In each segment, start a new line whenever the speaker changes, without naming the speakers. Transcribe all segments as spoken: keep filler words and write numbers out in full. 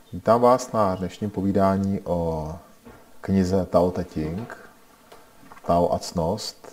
Vítám vás na dnešním povídání o knize Tao Te Ching, Tao a ctnost.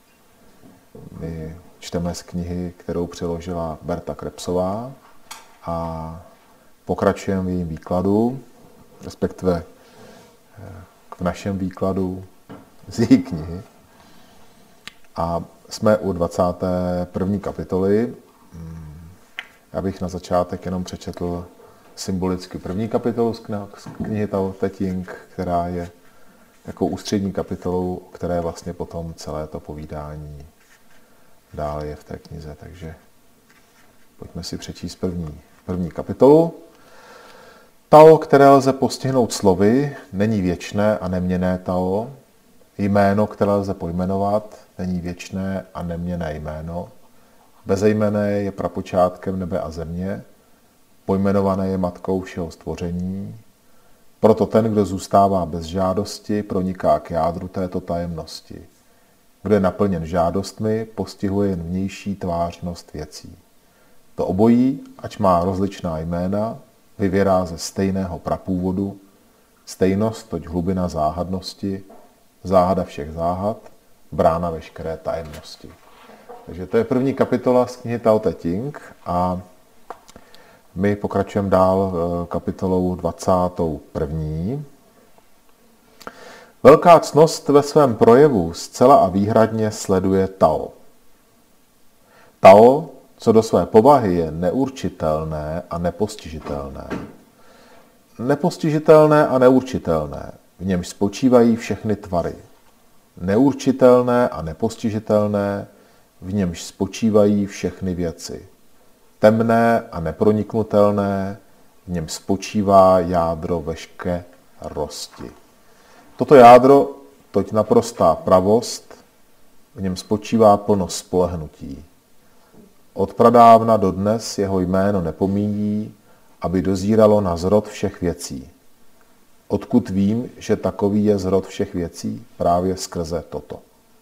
My čteme z knihy, kterou přeložila Berta Krebsová a pokračujeme v jejím výkladu, respektive v našem výkladu z její knihy. A jsme u dvacáté první kapitoly. Já bych na začátek jenom přečetl symbolicky první kapitolu z knihy Tao Te Ching, která je jako ústřední kapitolou, které vlastně potom celé to povídání dále je v té knize. Takže pojďme si přečíst první, první kapitolu. Tao, které lze postihnout slovy, není věčné a neměnné Tao. Jméno, které lze pojmenovat, není věčné a neměnné jméno. Bezejmenné je prapočátkem nebe a země. Pojmenované je matkou všeho stvoření. Proto ten, kdo zůstává bez žádosti, proniká k jádru této tajemnosti. Kdo je naplněn žádostmi, postihuje jen vnější tvářnost věcí. To obojí, ač má rozličná jména, vyvěrá ze stejného prapůvodu, stejnost, toť hlubina záhadnosti, záhada všech záhad, brána veškeré tajemnosti. Takže to je první kapitola z knihy Tao Te Ching a my pokračujeme dál kapitolou dvacátou první. Velká ctnost ve svém projevu zcela a výhradně sleduje Tao. Tao, co do své povahy, je neurčitelné a nepostižitelné. Nepostižitelné a neurčitelné, v němž spočívají všechny tvary. Neurčitelné a nepostižitelné, v němž spočívají všechny věci. Temné a neproniknutelné, v něm spočívá jádro veškerosti. Toto jádro, toť naprostá pravost, v něm spočívá plnost spolehnutí. Od pradávna do dnes jeho jméno nepomíjí, aby dozíralo na zrod všech věcí. Odkud vím, že takový je zrod všech věcí? Právě skrze toto.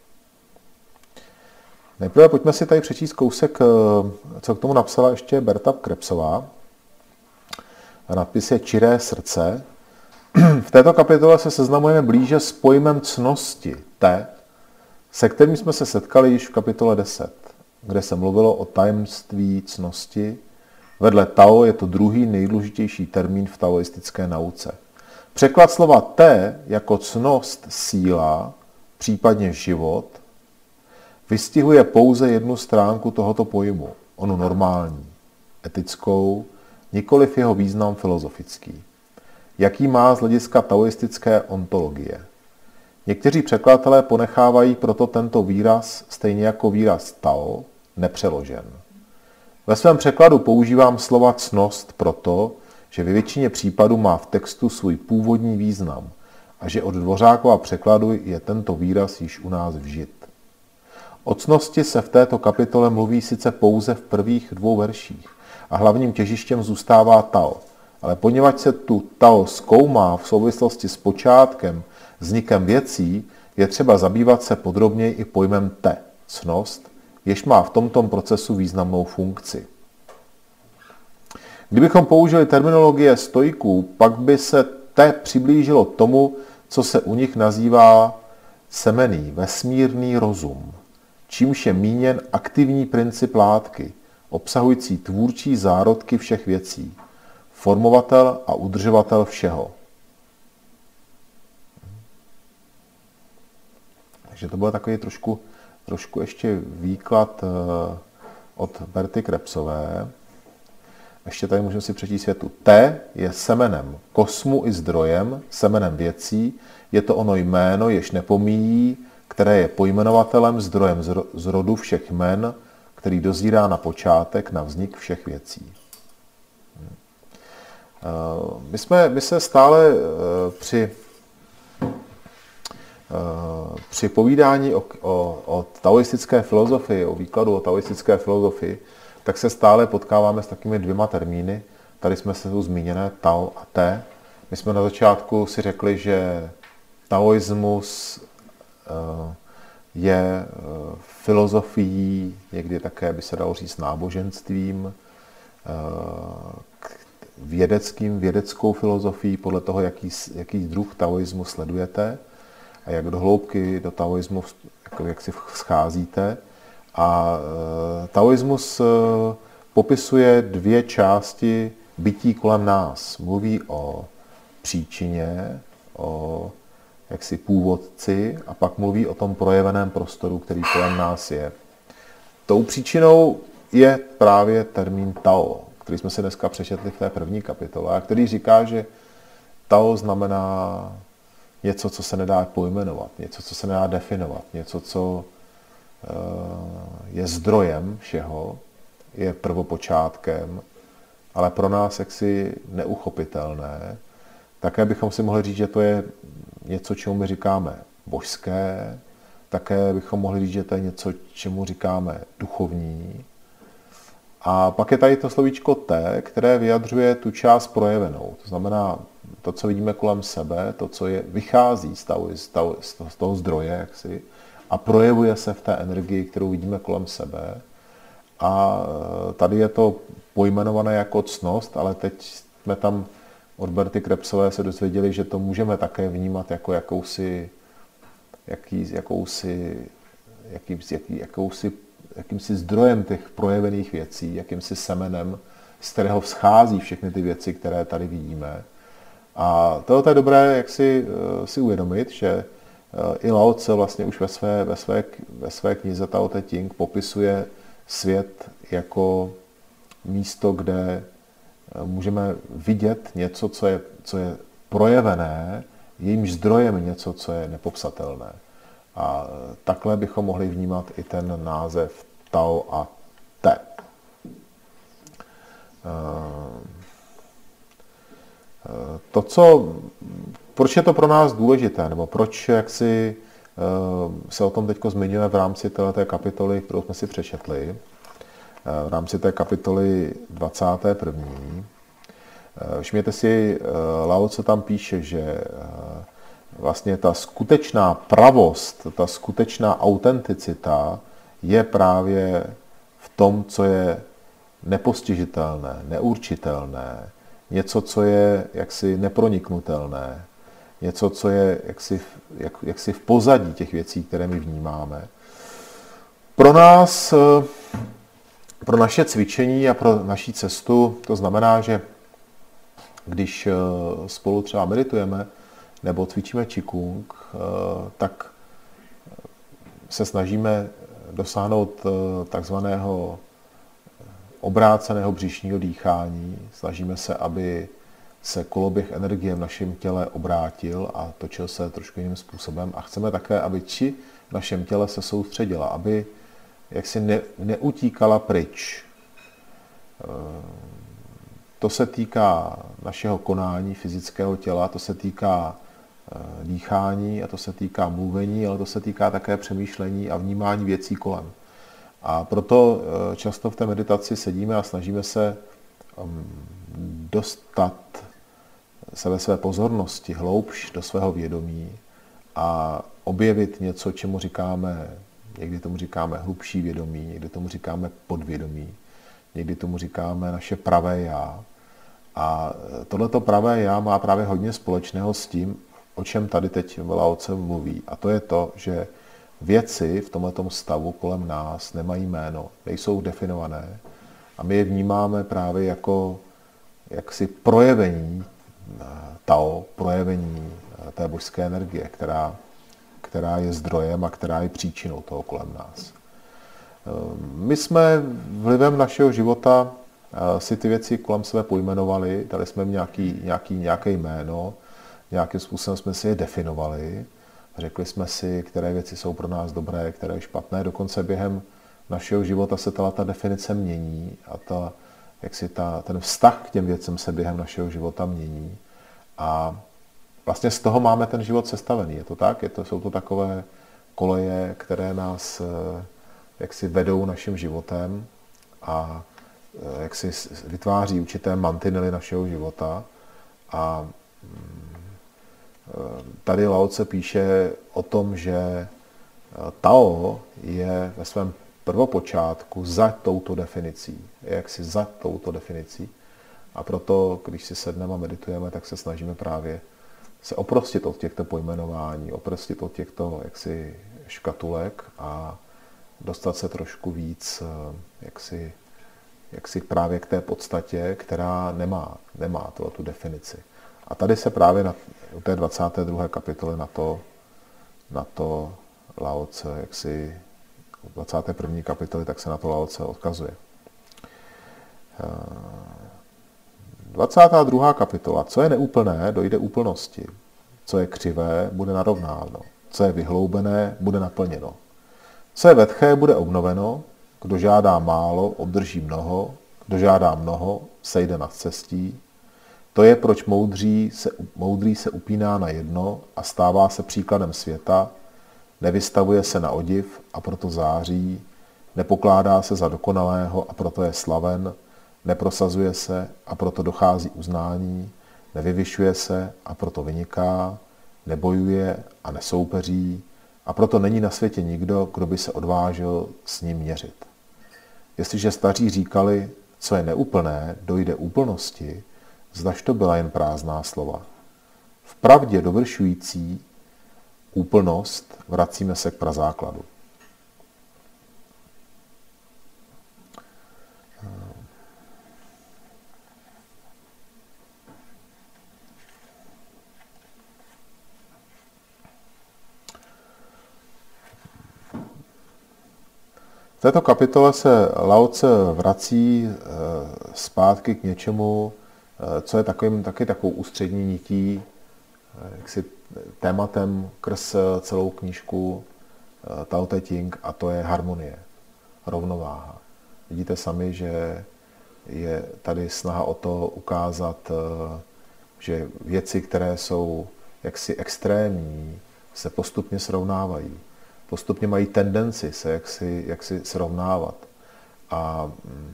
Nejprve pojďme si tady přečíst kousek, co k tomu napsala ještě Berta Krebsová. Nadpis je Čiré srdce. V této kapitole se seznamujeme blíže s pojmem ctnosti, te, se kterým jsme se setkali již v kapitole deset, kde se mluvilo o tajemství ctnosti. Vedle Tao je to druhý nejdůležitější termín v taoistické nauce. Překlad slova te jako ctnost, síla, případně život, vystihuje pouze jednu stránku tohoto pojmu, onu normální, etickou, nikoliv jeho význam filozofický. Jaký má z hlediska taoistické ontologie. Někteří překladatelé ponechávají proto tento výraz, stejně jako výraz Tao, nepřeložen. Ve svém překladu používám slova ctnost proto, že ve většině případů má v textu svůj původní význam a že od Dvořákova překladu je tento výraz již u nás vžit. O ctnosti se v této kapitole mluví sice pouze v prvních dvou verších a hlavním těžištěm zůstává Tao, ale poněvadž se tu Tao zkoumá v souvislosti s počátkem, vznikem věcí, je třeba zabývat se podrobněji i pojmem te, ctnost, jež má v tomto procesu významnou funkci. Kdybychom použili terminologie stoiků, pak by se te přiblížilo tomu, co se u nich nazývá semený, vesmírný rozum, čímž je míněn aktivní princip látky, obsahující tvůrčí zárodky všech věcí, formovatel a udržovatel všeho. Takže to byl takový trošku, trošku ještě výklad od Berty Krebsové. Ještě tady můžeme si přečíst větu. Te je semenem kosmu i zdrojem, semenem věcí, je to ono jméno, jež nepomíjí, které je pojmenovatelem, zdrojem zrodu všech jmen, který dozírá na počátek, na vznik všech věcí. My, jsme, my se stále při, při povídání o, o, o taoistické filozofii, o výkladu o taoistické filozofii, tak se stále potkáváme s takovými dvěma termíny. Tady jsme se tu zmíněné Tao a Te. My jsme na začátku si řekli, že taoismus je filozofií, někdy také by se dalo říct náboženstvím, vědeckým, vědeckou filozofií, podle toho, jaký, jaký druh taoismu sledujete a jak do hloubky do taoismu jako, jak si scházíte. A e, taoismus e, popisuje dvě části bytí kolem nás. Mluví o příčině, o jaksi původci a pak mluví o tom projeveném prostoru, který kolem nás je. Tou příčinou je právě termín Tao, který jsme si dneska přečetli v té první kapitole a který říká, že Tao znamená něco, co se nedá pojmenovat, něco, co se nedá definovat, něco, co je zdrojem všeho, je prvopočátkem, ale pro nás jaksi neuchopitelné. Také bychom si mohli říct, že to je něco, čemu my říkáme božské, také bychom mohli říct, že to je něco, čemu říkáme duchovní. A pak je tady to slovíčko te, které vyjadřuje tu část projevenou. To znamená to, co vidíme kolem sebe, to, co je, vychází z toho, z toho zdroje, jaksi, a projevuje se v té energii, kterou vidíme kolem sebe. A tady je to pojmenované jako ctnost, ale teď jsme tam od Berty Krebsové se dozvěděli, že to můžeme také vnímat jako jakousi, jaký, jakousi, jaký, jaký, jakousi, jakýmsi zdrojem těch projevených věcí, jakýmsi semenem, z kterého vzchází všechny ty věci, které tady vidíme. A to je dobré, jak si, si uvědomit, že i Lao Tse vlastně už ve své, ve své, ve své knize Tao Te Ching popisuje svět jako místo, kde můžeme vidět něco, co je, co je projevené, jejímž zdrojem něco, co je nepopsatelné. A takhle bychom mohli vnímat i ten název Tao a Te. To, co, proč je to pro nás důležité, nebo proč jak si, se o tom teď zmiňujeme v rámci této kapitoly, kterou jsme si přečetli, v rámci té kapitoly dvacáté první. Všimněte si, Lao Tse tam píše, že vlastně ta skutečná pravost, ta skutečná autenticita je právě v tom, co je nepostižitelné, neurčitelné, něco, co je jaksi neproniknutelné, něco, co je jaksi, jak, jaksi v pozadí těch věcí, které my vnímáme. Pro nás, pro naše cvičení a pro naši cestu to znamená, že když spolu třeba meditujeme nebo cvičíme Qigong, tak se snažíme dosáhnout takzvaného obráceného břišního dýchání. Snažíme se, aby se koloběh energie v našem těle obrátil a točil se trošku jiným způsobem. A chceme také, aby či v našem těle se soustředila, aby jaksi ne, neutíkala pryč. To se týká našeho konání fyzického těla, to se týká dýchání a to se týká mluvení, ale to se týká také přemýšlení a vnímání věcí kolem. A proto často v té meditaci sedíme a snažíme se dostat se ve své pozornosti hloubš do svého vědomí a objevit něco, čemu říkáme, někdy tomu říkáme hlubší vědomí, někdy tomu říkáme podvědomí, někdy tomu říkáme naše pravé já. A tohleto pravé já má právě hodně společného s tím, o čem tady teď Lao Tse mluví. A to je to, že věci v tomhletom stavu kolem nás nemají jméno, nejsou definované a my je vnímáme právě jako jaksi projevení Tao, projevení té božské energie, která, která je zdrojem a která je příčinou toho kolem nás. My jsme vlivem našeho života si ty věci kolem sebe pojmenovali, dali jsme jim nějaký, nějaký, nějaké jméno, nějakým způsobem jsme si je definovali, řekli jsme si, které věci jsou pro nás dobré, které špatné. Dokonce během našeho života se ta, ta definice mění a ta, jak si ta, ten vztah k těm věcem se během našeho života mění. A vlastně z toho máme ten život sestavený. Je to tak? Je to, jsou to takové koleje, které nás jak si vedou naším životem a jak si vytváří určité mantinely našeho života. A tady Lao Tse píše o tom, že Tao je ve svém prvopočátku za touto definicí. Je jaksi za touto definicí. A proto, když si sedneme a meditujeme, tak se snažíme právě se oprostit od těchto pojmenování, oprostit od těchto jaksi škatulek a dostat se trošku víc jaksi, jaksi právě k té podstatě, která nemá, nemá tu, tu definici. A tady se právě na u té dvacáté druhé kapitoly na to, na to Lao Tse, jaksi u dvacáté první kapitoly, tak se na to Lao Tse odkazuje. dvacátá druhá kapitola. Co je neúplné, dojde úplnosti. Co je křivé, bude narovnáno. Co je vyhloubené, bude naplněno. Co je vetché, bude obnoveno. Kdo žádá málo, obdrží mnoho. Kdo žádá mnoho, sejde nad cestí. To je, proč moudří se, moudrý se upíná na jedno a stává se příkladem světa, nevystavuje se na odiv a proto září, nepokládá se za dokonalého a proto je slaven, neprosazuje se a proto dochází uznání, nevyvyšuje se a proto vyniká, nebojuje a nesoupeří a proto není na světě nikdo, kdo by se odvážil s ním měřit. Jestliže staří říkali, co je neúplné, dojde úplnosti, zdaž to byla jen prázdná slova. V pravdě dovršující úplnost vracíme se k prazákladu. V této kapitole se Lao Tse vrací zpátky k něčemu, co je takovým, taky takovou ústřední nití, jaksi tématem krz celou knížku Tao Te Ching, a to je harmonie, rovnováha. Vidíte sami, že je tady snaha o to ukázat, že věci, které jsou jaksi extrémní, se postupně srovnávají. Postupně mají tendenci se jaksi, jaksi srovnávat. A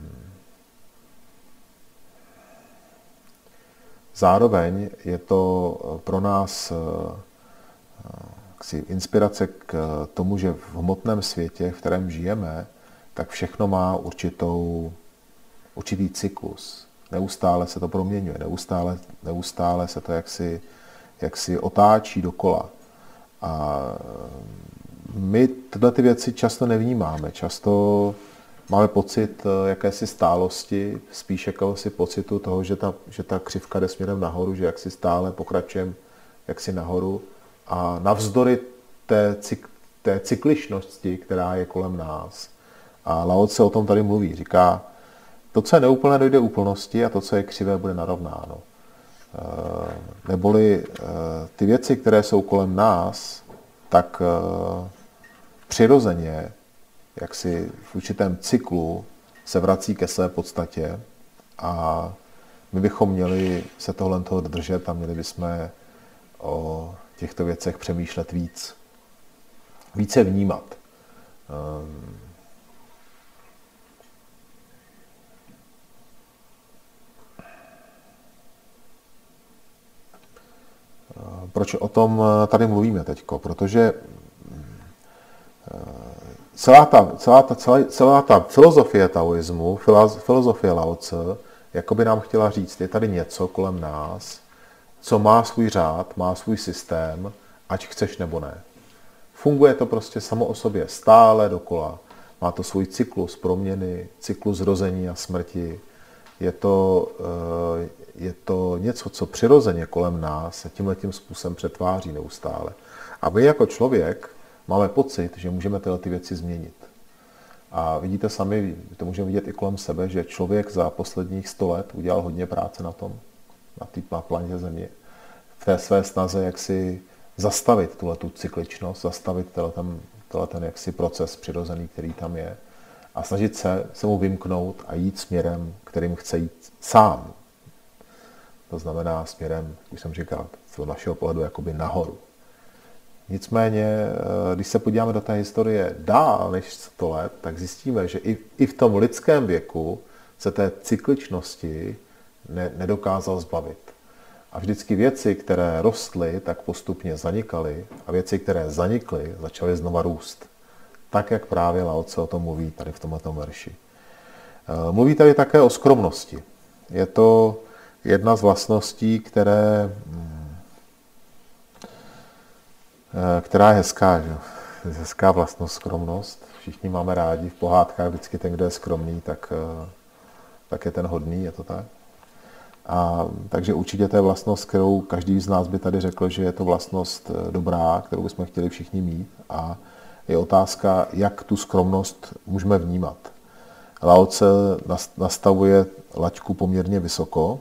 zároveň je to pro nás jaksi, inspirace k tomu, že v hmotném světě, v kterém žijeme, tak všechno má určitou, určitý cyklus. Neustále se to proměňuje, neustále, neustále se to jaksi, jaksi otáčí dokola. A my tyhle ty věci často nevnímáme. Často máme pocit jakési stálosti, spíš jakéhosi pocitu toho, že ta, že ta křivka jde směrem nahoru, že jaksi stále pokračujeme jaksi nahoru. A navzdory té, cyk, té cykličnosti, která je kolem nás. A Lao Tse o tom tady mluví. Říká, to, co je neúplné, dojde úplnosti a to, co je křivé, bude narovnáno. Neboli ty věci, které jsou kolem nás, tak přirozeně, jak si v určitém cyklu se vrací ke své podstatě a my bychom měli se tohle toho držet a měli bychom o těchto věcech přemýšlet víc. Více vnímat. Proč o tom tady mluvíme teďko? Protože celá ta, celá ta, celá, celá ta filozofie taoismu, filozofie Lao Tse, jako by nám chtěla říct, je tady něco kolem nás, co má svůj řád, má svůj systém, ať chceš nebo ne. Funguje to prostě samo o sobě stále dokola. Má to svůj cyklus proměny, cyklus zrození a smrti. Je to, je to něco, co přirozeně kolem nás se tímhletím způsobem přetváří neustále. A my jako člověk máme pocit, že můžeme tyhle ty věci změnit. A vidíte sami, to můžeme vidět i kolem sebe, že člověk za posledních sto let udělal hodně práce na tom, na té planetě Země, v té své snaze, jak si zastavit tuhletu cykličnost, zastavit tenhle ten jaksi proces přirozený, který tam je, a snažit se, se mu vymknout a jít směrem, kterým chce jít sám. To znamená směrem, už jsem říkal, z našeho pohledu jakoby nahoru. Nicméně, když se podíváme do té historie dál než sto let, tak zjistíme, že i, i v tom lidském věku se té cykličnosti ne, nedokázal zbavit. A vždycky věci, které rostly, tak postupně zanikaly a věci, které zanikly, začaly znova růst. Tak, jak právě Lao Tse o tom mluví tady v tomto verši. Mluví tady také o skromnosti. Je to jedna z vlastností, které, která je hezká, že? Hezká vlastnost, skromnost. Všichni máme rádi v pohádkách vždycky ten, kdo je skromný, tak, tak je ten hodný, je to tak? A takže určitě to je vlastnost, kterou každý z nás by tady řekl, že je to vlastnost dobrá, kterou bychom chtěli všichni mít. A je otázka, jak tu skromnost můžeme vnímat. Lao Tse nastavuje laťku poměrně vysoko,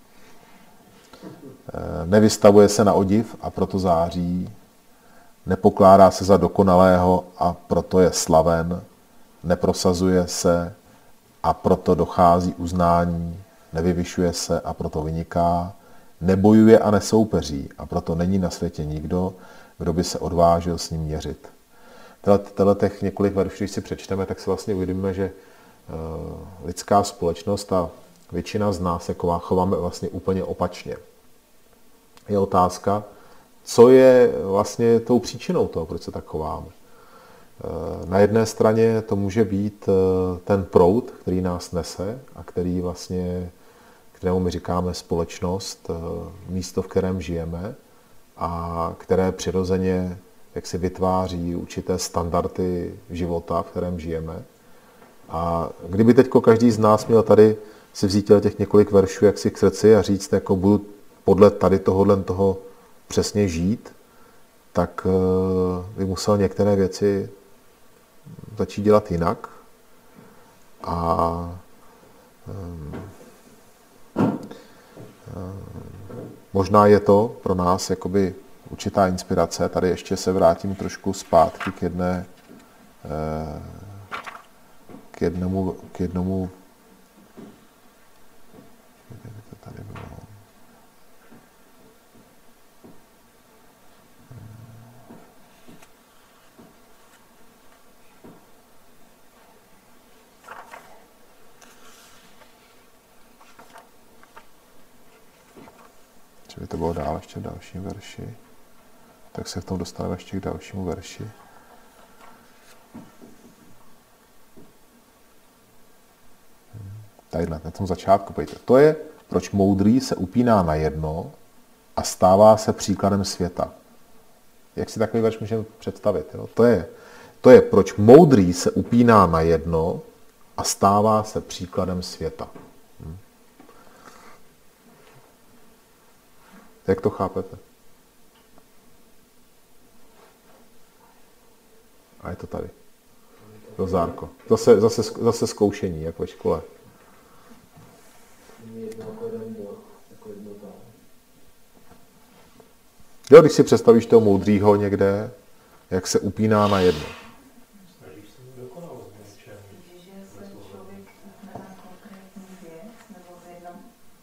nevystavuje se na odiv a proto září, nepokládá se za dokonalého a proto je slaven, neprosazuje se a proto dochází uznání, nevyvyšuje se a proto vyniká, nebojuje a nesoupeří a proto není na světě nikdo, kdo by se odvážil s ním měřit. Tenhle těch několik veršů, když si přečteme, tak si vlastně uvědomíme, že uh, lidská společnost a většina z nás se chováme vlastně úplně opačně. Je otázka, co je vlastně tou příčinou toho, proč se tak chováme. Uh, na jedné straně to může být uh, ten proud, který nás nese a který vlastně, kterému my říkáme společnost, uh, místo, v kterém žijeme a které přirozeně jak si vytváří určité standardy života, v kterém žijeme. A kdyby teď každý z nás měl tady si vzít těch několik veršů jak si k srdci a říct, jako budu podle tady tohohle toho přesně žít, tak by musel některé věci začít dělat jinak. A um, um, možná je to pro nás jakoby určitá inspirace. Tady ještě se vrátím trošku zpátky k jedné, k jednomu, k jednomu, to tady bylo. Že by to bylo dál ještě v dalším verši. Tak se v tom dostaneme ještě k dalšímu verši. Tadyhle, na tom začátku, pojďte. To je, proč moudrý se upíná na jedno a stává se příkladem světa. Jak si takový verš můžeme představit? Jo? To je, to je, proč moudrý se upíná na jedno a stává se příkladem světa. Hm. Jak to chápete? A je to tady. To zárko. Zase, zase, zase zkoušení, jak ve škole. Jo, když si představíš toho moudrýho někde, jak se upíná na jedno.
Snažíš se mu dokonalost v něčem.
Že se člověk na konkrétní věc nebo v jednom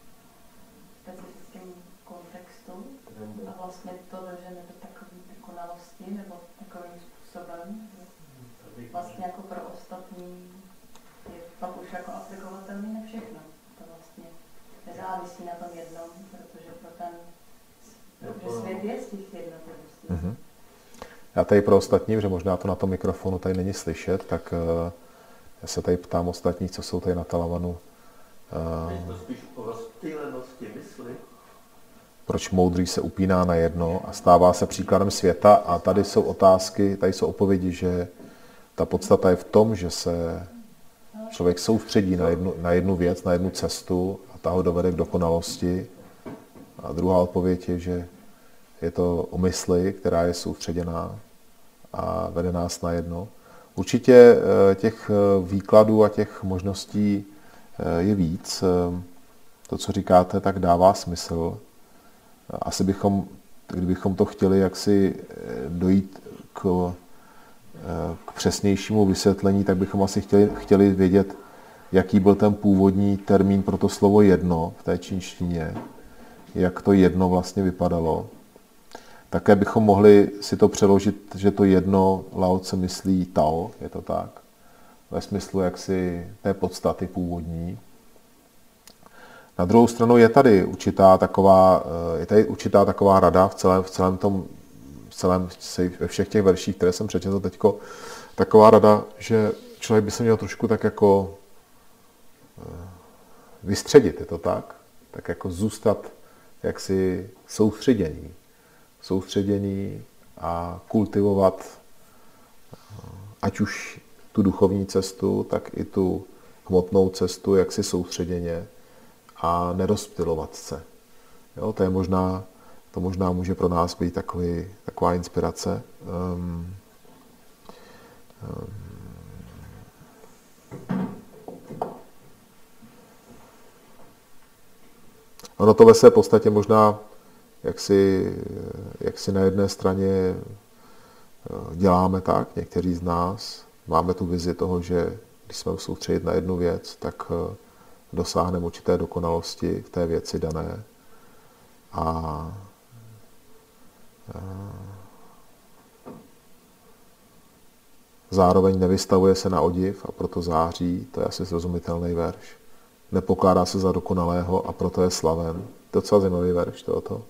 specifickém kontextu a vlastně to dožene do takové dokonalosti nebo takovým způsobem, vlastně jako pro ostatní je pak už jako aplikovatelný na všechno. To vlastně nezávisí na tom jednom, protože pro ten protože svět je z těch jednotlivostí.
Mm-hmm. Já tady pro ostatní, protože možná to na tom mikrofonu tady není slyšet, tak uh, já se tady ptám ostatních, co jsou tady na talavanu. Uh,
je to spíš o rozptýlenosti mysli.
Proč moudrý se upíná na jedno a stává se příkladem světa. A tady jsou otázky, tady jsou odpovědi, že ta podstata je v tom, že se člověk soustředí na jednu, na jednu věc, na jednu cestu a ta ho dovede k dokonalosti. A druhá odpověď je, že je to o mysli, která je soustředěná a vede nás na jedno. Určitě těch výkladů a těch možností je víc. To, co říkáte, tak dává smysl. Asi bychom, kdybychom to chtěli jaksi dojít k, k přesnějšímu vysvětlení, tak bychom asi chtěli, chtěli vědět, jaký byl ten původní termín pro to slovo jedno v té čínštině, jak to jedno vlastně vypadalo. Také bychom mohli si to přeložit, že to jedno Lao Tse myslí Tao, je to tak? Ve smyslu jaksi té podstaty původní. Na druhou stranu je tady určitá taková, je tady určitá taková rada v celém, v celém tom, v celém, ve všech těch verších, které jsem přečetl teďko, taková rada, že člověk by se měl trošku tak jako vystředit, je to tak? tak jako zůstat jaksi soustředění. Soustředění a kultivovat ať už tu duchovní cestu, tak i tu hmotnou cestu, jaksi soustředěně a nerozptylovat se. Jo, to je možná, to možná může pro nás být takový, taková inspirace. Um, um, ono to ve své podstatě možná, jak si, jak si na jedné straně děláme tak, někteří z nás, máme tu vizi toho, že když jsme soustředit na jednu věc, tak dosáhneme určité dokonalosti v té věci dané. A, a zároveň nevystavuje se na odiv a proto září, to je asi srozumitelný verš. Nepokládá se za dokonalého a proto je slaven. To je docela zajímavý verš tohoto.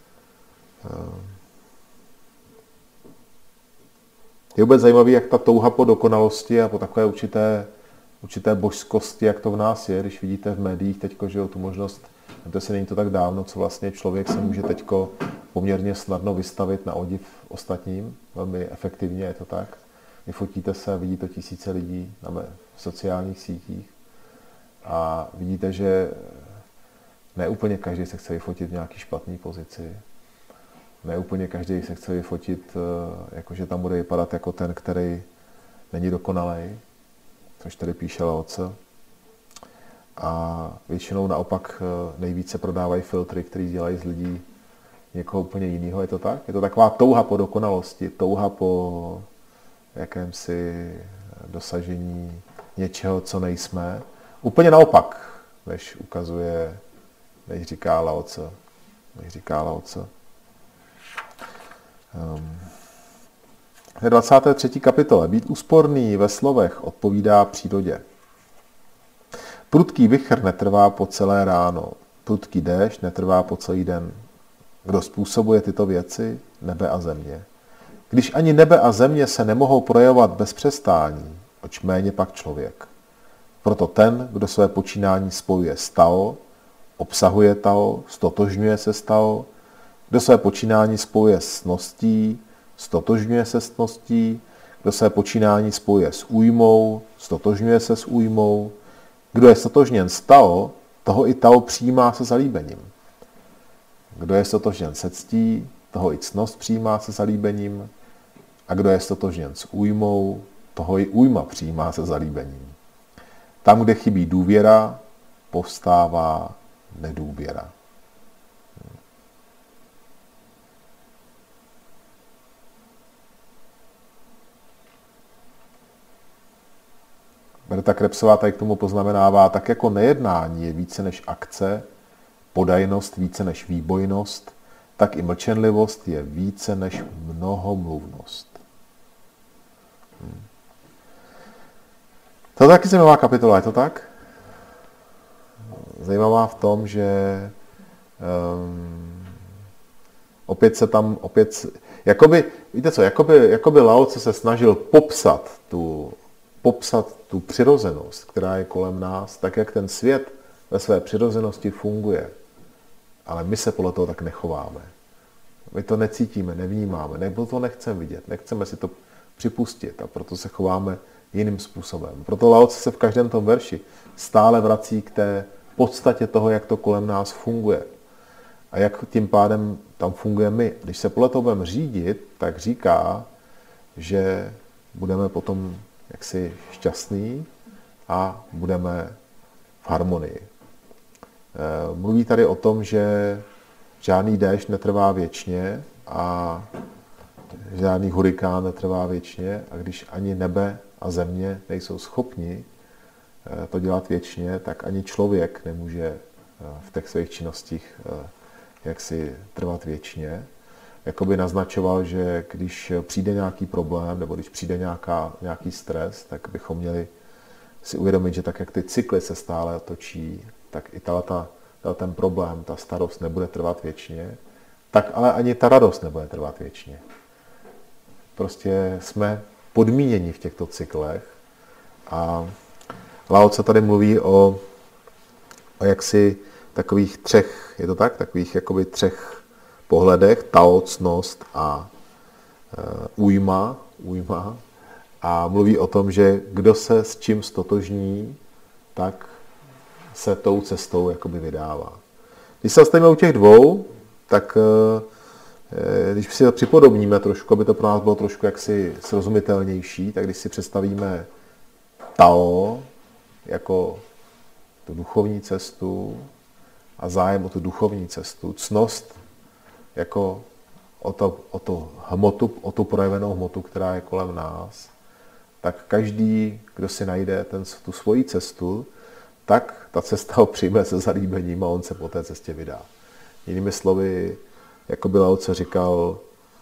Je vůbec zajímavý, jak ta touha po dokonalosti a po takové určité, určité božskosti, jak to v nás je, když vidíte v médiích teďko, že jo, tu možnost, to si není to tak dávno, co vlastně člověk se může teďko poměrně snadno vystavit na odiv ostatním, velmi efektivně je to tak. Vyfotíte se, vidí to tisíce lidí na sociálních sítích a vidíte, že ne úplně každý se chce vyfotit v nějaký špatný pozici. Ne úplně každý se chce vyfotit, jakože tam bude vypadat jako ten, který není dokonalej, což tady píše Lao Tse. A většinou naopak nejvíce prodávají filtry, který dělají z lidí někoho úplně jiného. Je to tak? Je to taková touha po dokonalosti, touha po jakémsi dosažení něčeho, co nejsme. Úplně naopak, než ukazuje, než říká Lao Tse. Než říká Lao Tse. Um, v dvacáté třetí kapitole. Být úsporný ve slovech odpovídá přírodě. Prudký vichr netrvá po celé ráno. Prudký déšť netrvá po celý den. Kdo způsobuje tyto věci? Nebe a země. Když ani nebe a země se nemohou projevovat bez přestání, oč méně pak člověk. Proto ten, kdo své počínání spojuje s Tao, obsahuje Tao, stotožňuje se s Tao, kdo své počínání spojuje s ctností, stotožňuje se s ctností, kdo své počínání spojuje s újmou, stotožňuje se s újmou, kdo je stotožněn s Tao, toho i Tao přijímá se zalíbením. Kdo je stotožněn se ctí, toho i ctnost přijímá se zalíbením, a kdo je stotožněn s újmou, toho i újma přijímá se zalíbením. Tam, kde chybí důvěra, povstává nedůvěra. Berta Krebsová tady k tomu poznamenává, tak jako nejednání je více než akce, podajnost více než výbojnost, tak i mlčenlivost je více než mnohomluvnost. Hmm. To je taky zajímavá kapitola, je to tak? Zajímavá v tom, že um, opět se tam, opět, jakoby, víte co, jakoby, jakoby Lao Tse se snažil popsat tu, popsat tu přirozenost, která je kolem nás, tak jak ten svět ve své přirozenosti funguje. Ale my se podle toho tak nechováme. My to necítíme, nevnímáme, nebo to nechceme vidět, nechceme si to připustit a proto se chováme jiným způsobem. Proto Lao Tse se v každém tom verši stále vrací k té podstatě toho, jak to kolem nás funguje. A jak tím pádem tam funguje my. Když se podle toho budeme řídit, tak říká, že budeme potom jaksi šťastní a budeme v harmonii. Mluví tady o tom, že žádný déšť netrvá věčně a žádný hurikán netrvá věčně a když ani nebe a země nejsou schopni to dělat věčně, tak ani člověk nemůže v těch svých činnostích jaksi trvat věčně. Jakoby naznačoval, že když přijde nějaký problém nebo když přijde nějaká, nějaký stres, tak bychom měli si uvědomit, že tak, jak ty cykly se stále točí, tak i ta, ta, ten problém, ta starost nebude trvat věčně, tak ale ani ta radost nebude trvat věčně. Prostě jsme podmíněni v těchto cyklech a Lao Tse tady mluví o, o jaksi takových třech, je to tak? Takových jakoby třech pohledech, Tao, ctnost a uh, újma, újma. A mluví o tom, že kdo se s čím stotožní, tak se tou cestou jakoby vydává. Když se zastavíme u těch dvou, tak uh, když si to připodobníme trošku, aby to pro nás bylo trošku jaksi srozumitelnější, tak když si představíme Tao jako tu duchovní cestu a zájem o tu duchovní cestu, ctnost jako o, to, o, to hmotu, o tu projevenou hmotu, která je kolem nás, tak každý, kdo si najde ten, tu svoji cestu, tak ta cesta ho přijme se zalíbením a on se po té cestě vydá. Jinými slovy, jako by Lao Tse říkal,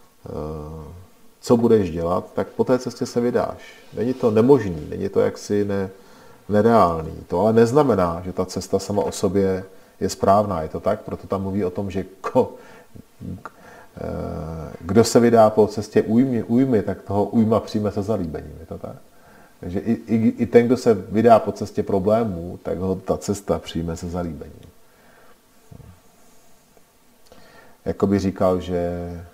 co budeš dělat, tak po té cestě se vydáš. Není to nemožný, není to jaksi ne, nereálný. To ale neznamená, že ta cesta sama o sobě je správná. Je to tak? Proto tam mluví o tom, že ko, kdo se vydá po cestě újmy, újmy, tak toho újma přijme se zalíbením. Je to tak? Takže i, i, i ten, kdo se vydá po cestě problémů, tak ho ta cesta přijme se zalíbením. Jakoby říkal, že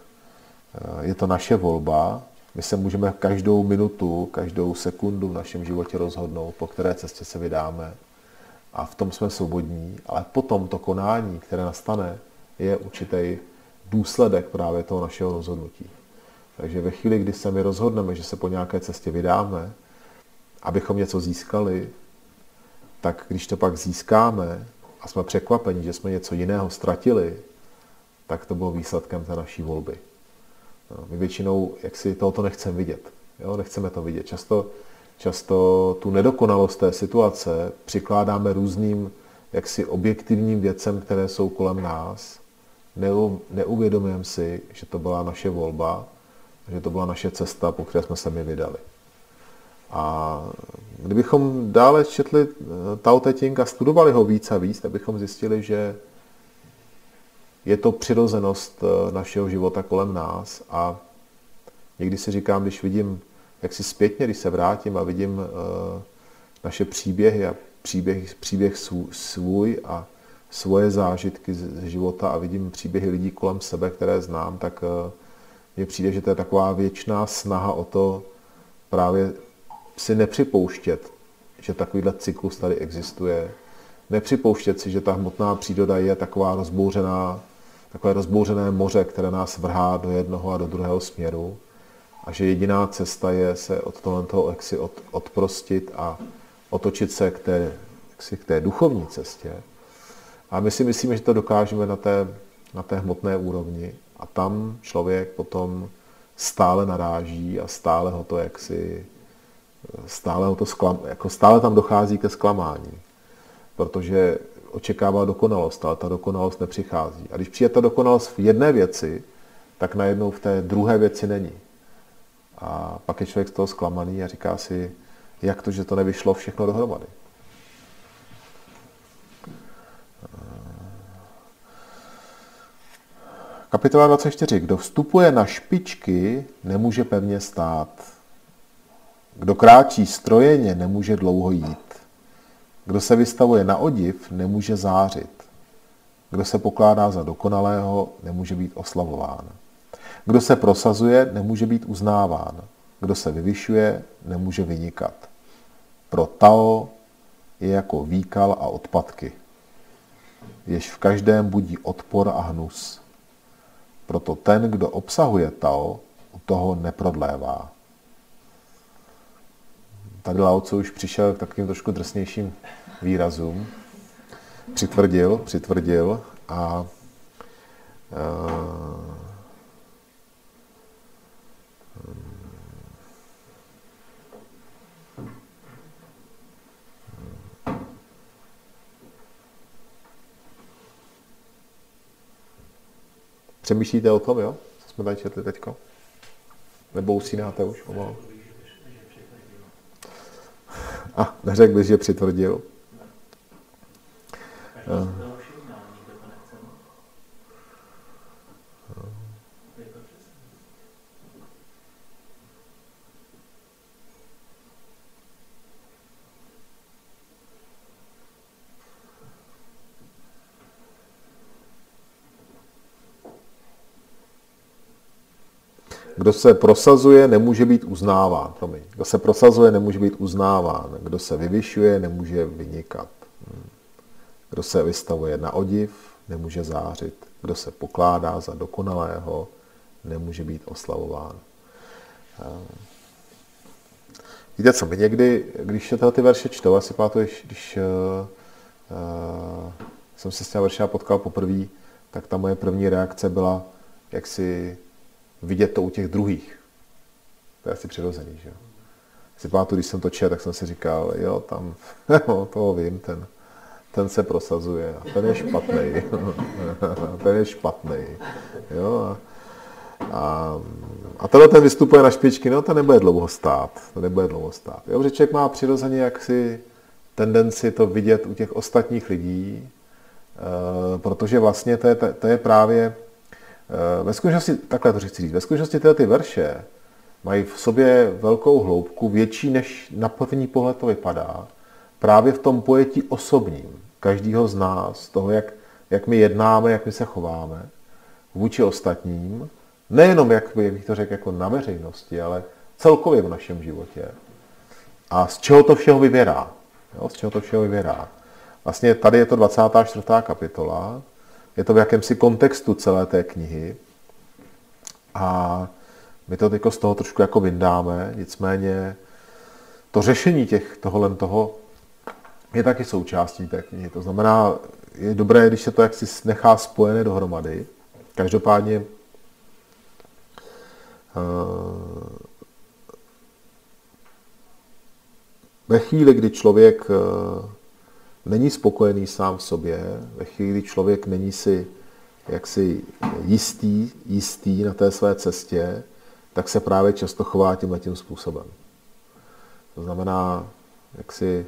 je to naše volba, my se můžeme každou minutu, každou sekundu v našem životě rozhodnout, po které cestě se vydáme a v tom jsme svobodní, ale potom to konání, které nastane, je určitý důsledek právě toho našeho rozhodnutí. Takže ve chvíli, kdy se my rozhodneme, že se po nějaké cestě vydáme, abychom něco získali, tak když to pak získáme a jsme překvapeni, že jsme něco jiného ztratili, tak to bylo výsledkem té naší volby. No, my většinou, jak si tohoto nechceme vidět. Jo? Nechceme to vidět. Často, často tu nedokonalost té situace přikládáme různým jaksi objektivním věcem, které jsou kolem nás. Neu, neuvědomujeme si, že to byla naše volba, že to byla naše cesta, po které jsme se my vydali. A kdybychom dále četli Tao Te Ching a studovali ho víc a víc, tak bychom zjistili, že je to přirozenost našeho života kolem nás a někdy si říkám, když vidím, jak si zpětně, když se vrátím a vidím uh, naše příběhy a příběh, příběh svůj a svoje zážitky z života a vidím příběhy lidí kolem sebe, které znám, tak uh, mně přijde, že to je taková věčná snaha o to právě si nepřipouštět, že takovýhle cyklus tady existuje. Nepřipouštět si, že ta hmotná příroda je taková rozbouřená, takové rozbouřené moře, které nás vrhá do jednoho a do druhého směru a že jediná cesta je se od tohoto jaksi od, odprostit a otočit se k té, jaksi, k té duchovní cestě. A my si myslíme, že to dokážeme na té, na té hmotné úrovni a tam člověk potom stále naráží a stále ho to jaksi, stále ho to sklam, jako stále tam dochází ke zklamání. Protože očekává dokonalost, ale ta dokonalost nepřichází. A když přijde ta dokonalost v jedné věci, tak najednou v té druhé věci není. A pak je člověk z toho zklamaný a říká si, jak to, že to nevyšlo všechno dohromady. Kapitola dvacet čtyři. Kdo vstupuje na špičky, nemůže pevně stát. Kdo kráčí strojeně, nemůže dlouho jít. Kdo se vystavuje na odiv, nemůže zářit. Kdo se pokládá za dokonalého, nemůže být oslavován. Kdo se prosazuje, nemůže být uznáván. Kdo se vyvyšuje, nemůže vynikat. Pro Tao je jako výkal a odpadky, jež v každém budí odpor a hnus. Proto ten, kdo obsahuje Tao, u toho neprodlévá. Tady Lao Tse už přišel k takovým trošku drsnějším výrazům. Přitvrdil, přitvrdil a uh, přemýšlíte o tom, jo? Co jsme tady četli teďko? Nebo usínáte už pomalu? A neřekl bych, že přitvrdil. Kdo se prosazuje, nemůže být uznáván. Promiň. Kdo se prosazuje, nemůže být uznáván. Kdo se vyvyšuje, nemůže vynikat. Kdo se vystavuje na odiv, nemůže zářit. Kdo se pokládá za dokonalého, nemůže být oslavován. Víte co, my někdy, když tyhle ty verše čtou, asi pamatuješ, když uh, uh, jsem se s těmi veršema potkal poprvé, tak ta moje první reakce byla, jak si vidět to u těch druhých. To je asi přirozený, že jo. Si pamatuju, když jsem to četl, tak jsem si říkal, jo, tam, no, toho vím, ten, ten se prosazuje, a ten je špatnej, ten je špatnej, jo. A, a tenhle ten vystupuje na špičky, no to nebude dlouho stát, to nebude dlouho stát. Jo, protože člověk má přirozeně jaksi tendenci to vidět u těch ostatních lidí, e, protože vlastně to je, to je právě, e, ve skutečnosti, takhle to chci říct, ve skutečnosti tyhle ty verše mají v sobě velkou hloubku, větší než na první pohled to vypadá, právě v tom pojetí osobním, každého z nás, toho, jak, jak my jednáme, jak my se chováme vůči ostatním, nejenom, jak bych to řekl, jako na veřejnosti, ale celkově v našem životě. A z čeho to všeho vyvěrá? Jo, z čeho to všeho vyvěrá? Vlastně tady je to dvacátá čtvrtá kapitola, je to v jakémsi kontextu celé té knihy a my to teď z toho trošku jako vyndáme, nicméně to řešení těch tohohle toho je taky součástí té knihy. To znamená, je dobré, když se to jaksi nechá spojené dohromady. Každopádně ve chvíli, kdy člověk není spokojený sám v sobě, ve chvíli, kdy člověk není si jaksi jistý, jistý na té své cestě, tak se právě často chová tímhle tím způsobem. To znamená, jak si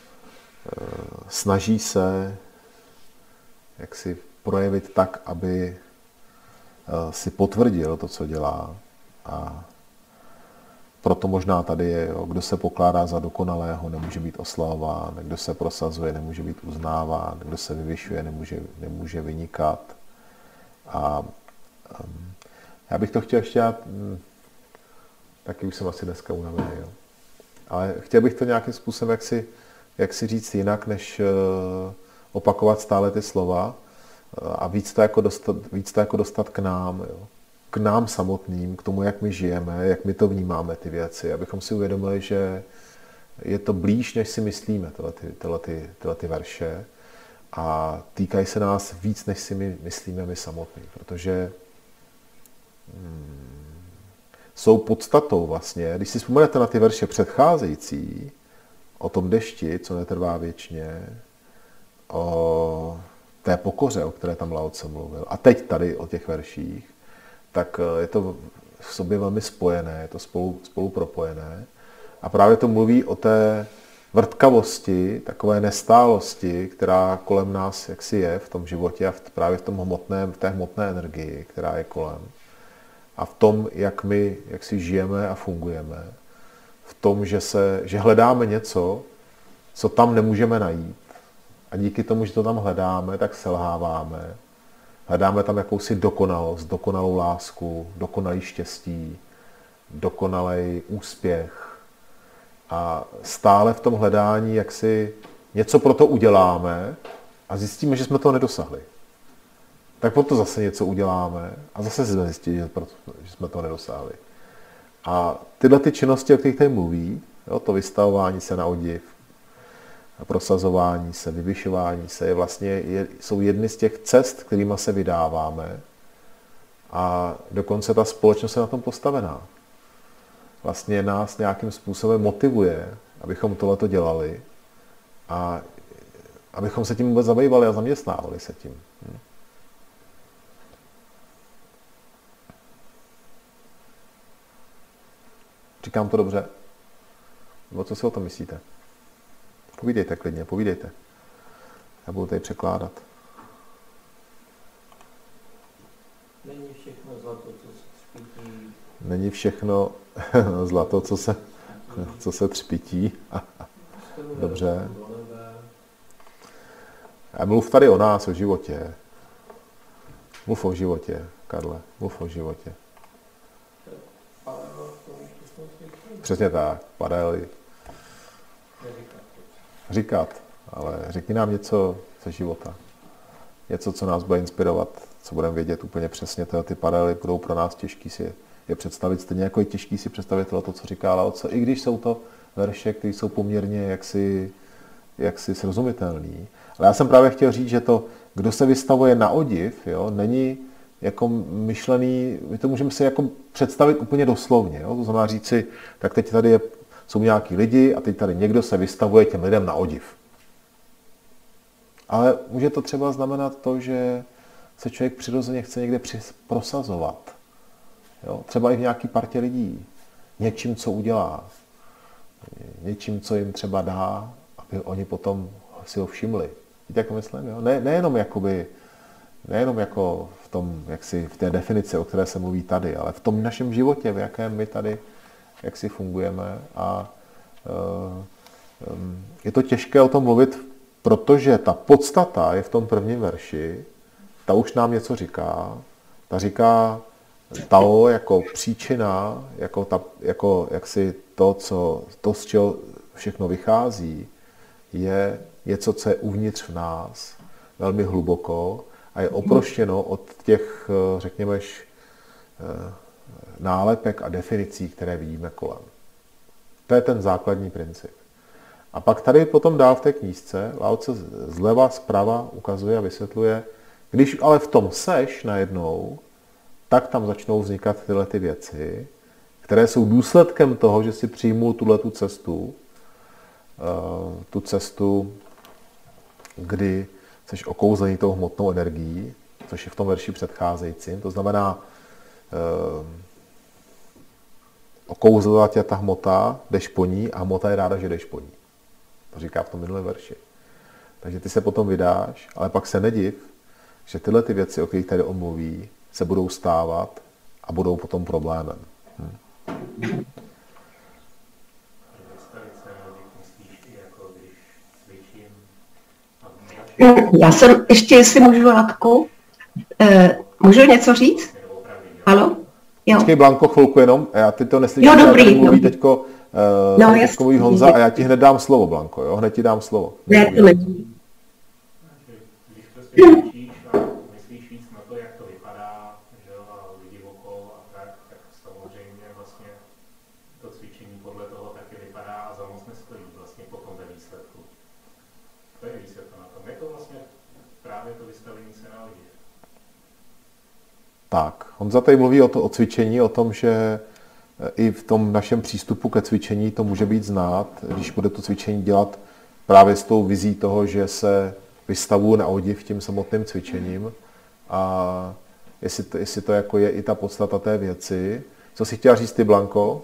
snaží se jak si projevit tak, aby si potvrdil to, co dělá. A proto možná tady je, jo, kdo se pokládá za dokonalého, nemůže být oslavován, kdo se prosazuje, nemůže být uznáván, kdo se vyvyšuje, nemůže, nemůže vynikat. A um, já bych to chtěl ještě dát, hm, taky už jsem asi dneska unavený, jo. Ale chtěl bych to nějakým způsobem, jak si, jak si říct jinak, než uh, opakovat stále ty slova uh, a víc to jako dostat, víc to jako dostat k nám, jo. K nám samotným, k tomu, jak my žijeme, jak my to vnímáme, ty věci, abychom si uvědomili, že je to blíž, než si myslíme, tyhle, ty, tyhle, ty, tyhle ty verše a týkají se nás víc, než si my myslíme my samotní, protože hmm, jsou podstatou vlastně, když si vzpomenete na ty verše předcházející, o tom dešti, co netrvá věčně, o té pokoře, o které tam Lao Tse mluvil, a teď tady o těch verších, tak je to v sobě velmi spojené, je to spolu, spolu propojené. A právě to mluví o té vrtkavosti, takové nestálosti, která kolem nás jaksi je v tom životě a v, právě v, tom hmotném, v té hmotné energii, která je kolem. A v tom, jak my jak si žijeme a fungujeme. V tom, že, se, že hledáme něco, co tam nemůžeme najít. A díky tomu, že to tam hledáme, tak selháváme. Hledáme tam jakousi dokonalost, dokonalou lásku, dokonalý štěstí, dokonalý úspěch. A stále v tom hledání, jak si něco pro to uděláme a zjistíme, že jsme to nedosahli. Tak proto zase něco uděláme a zase jsme zjistili, že, proto, že jsme to nedosáhli. A tyhle ty činnosti, o kterých tady mluví, jo, to vystavování se na odiv, prosazování se, vyvyšování se, je vlastně, je, jsou jedny z těch cest, kterými se vydáváme a dokonce ta společnost je na tom postavená. Vlastně nás nějakým způsobem motivuje, abychom tohleto dělali a abychom se tím vůbec zabývali a zaměstnávali se tím. Hm. Říkám to dobře? Nebo co si o tom myslíte? Povídejte klidně, povídejte. Já budu tady překládat.
Není všechno zlato, co se třpítí.
Není všechno zlato, co se, co se třpítí. Dobře. A mluv tady o nás, o životě. Mluv o životě, Karle. Mluv o životě. Přesně tak, paralely. Říkat, ale řekni nám něco ze života. Něco, co nás bude inspirovat, co budeme vědět úplně přesně. Tyhle ty paralely budou pro nás těžký si je představit. Stejně jako je těžký si představit to, co říká Lao Tse, i když jsou to verše, které jsou poměrně jaksi, jaksi srozumitelný. Ale já jsem právě chtěl říct, že to, kdo se vystavuje na odiv, jo, není jako myšlený, my to můžeme si jako představit úplně doslovně. Jo? To znamená říct si, tak teď tady je, jsou nějaký lidi a teď tady někdo se vystavuje těm lidem na odiv. Ale může to třeba znamenat to, že se člověk přirozeně chce někde prosazovat. Jo? Třeba i v nějaký partě lidí. Něčím, co udělá. Něčím, co jim třeba dá, aby oni potom si ho všimli. Víte, jak to myslím? Jo? Ne, nejenom jakoby, nejenom jako v tom, jak si, v té definici, o které se mluví tady, ale v tom našem životě, v jakém my tady jak si fungujeme. A uh, um, je to těžké o tom mluvit, protože ta podstata je v tom prvním verši, ta už nám něco říká. Ta říká Tao jako příčina, jako, ta, jako jaksi to, co, to, z čeho všechno vychází, je něco, co je uvnitř v nás, velmi hluboko a je oproštěno od těch, řekněme, nálepek a definicí, které vidíme kolem. To je ten základní princip. A pak tady potom dál v té knížce Lao Tse zleva, zprava ukazuje a vysvětluje, když ale v tom seš najednou, tak tam začnou vznikat tyhle ty věci, které jsou důsledkem toho, že si přijmul tuhletu cestu, tu cestu, kdy jsi okouzlený tou hmotnou energií, což je v tom verši předcházejícím. To znamená, okouzlila tě ta hmota, jdeš po ní a hmota je ráda, že jdeš po ní. To říká v tom minulém verši. Takže ty se potom vydáš, ale pak se nediv, že tyhle ty věci, o kterých tady on mluví, se budou stávat a budou potom problémem. Hm.
Já jsem ještě, jestli můžu, Radku, eh, můžu něco říct? Halo? Jo.
Počkej, Blanko, chvilku jenom, já ty to neslyším,
jo, dobrý,
tady mluví
dobrý.
teďko, uh,
no,
teďko mluví Honza a já ti hned dám slovo, Blanko, jo, hned ti dám slovo.
Ne, to není.
Když prostě učíš a myslíš víc na to, jak to vypadá, že jo, a lidi okolo a tak, tak samozřejmě vlastně to cvičení podle toho taky vypadá a za moc nestojí vlastně potom ve výsledku. To je výsledka na tom. Je to vlastně právě to vystavení se na lidi.
Tak, Honza tady mluví o, to, o cvičení, o tom, že i v tom našem přístupu ke cvičení to může být znát, když bude to cvičení dělat právě s tou vizí toho, že se vystavuju na odiv tím samotným cvičením a jestli to, jestli to jako je i ta podstata té věci. Co jsi chtěla říct ty, Blanko?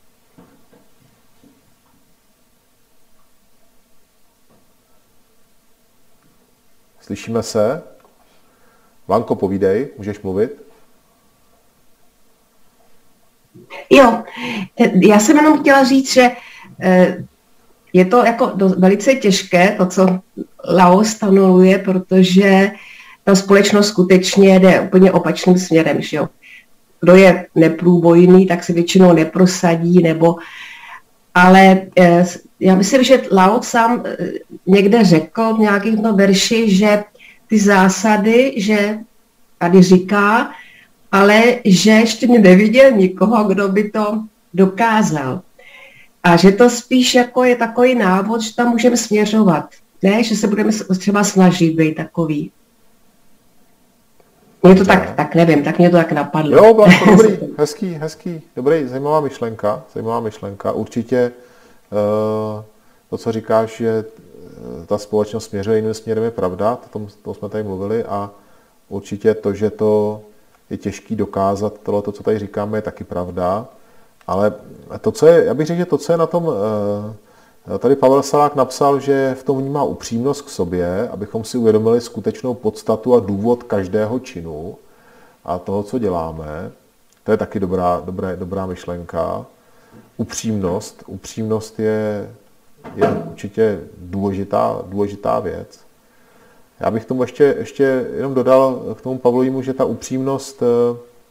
Slyšíme se? Blanko, povídej, můžeš mluvit?
Jo, já jsem jenom chtěla říct, že je to jako velice těžké, to, co Lao stanovuje, protože ta společnost skutečně jde úplně opačným směrem. Že jo? Kdo je neprůbojný, tak se většinou neprosadí, nebo... Ale já myslím, že Lao sám někde řekl v nějakých no verši, že ty zásady, že tady říká, ale že ještě neviděl nikoho, kdo by to dokázal. A že to spíš jako je takový návod, že tam můžeme směřovat. Ne, že se budeme třeba snažit být takový. Mě to tak, tak nevím, tak mě to tak napadlo.
Jo, Blanko, dobrý, hezký, hezký, dobrý, zajímavá myšlenka, zajímavá myšlenka. Určitě uh, to, co říkáš, že ta společnost směřuje jiným směrem, je pravda, o tom, tom jsme tady mluvili a určitě to, že to je těžký dokázat, tohle, to, co tady říkáme, je taky pravda, ale to, co je, já bych řekl, že to, co je na tom, tady Pavel Salák napsal, že v tom vnímá upřímnost k sobě, abychom si uvědomili skutečnou podstatu a důvod každého činu a toho, co děláme. To je taky dobrá, dobrá, dobrá myšlenka. Upřímnost, upřímnost je, je určitě důležitá, důležitá věc. Já bych tomu ještě, ještě jenom dodal k tomu Pavlovému, že ta upřímnost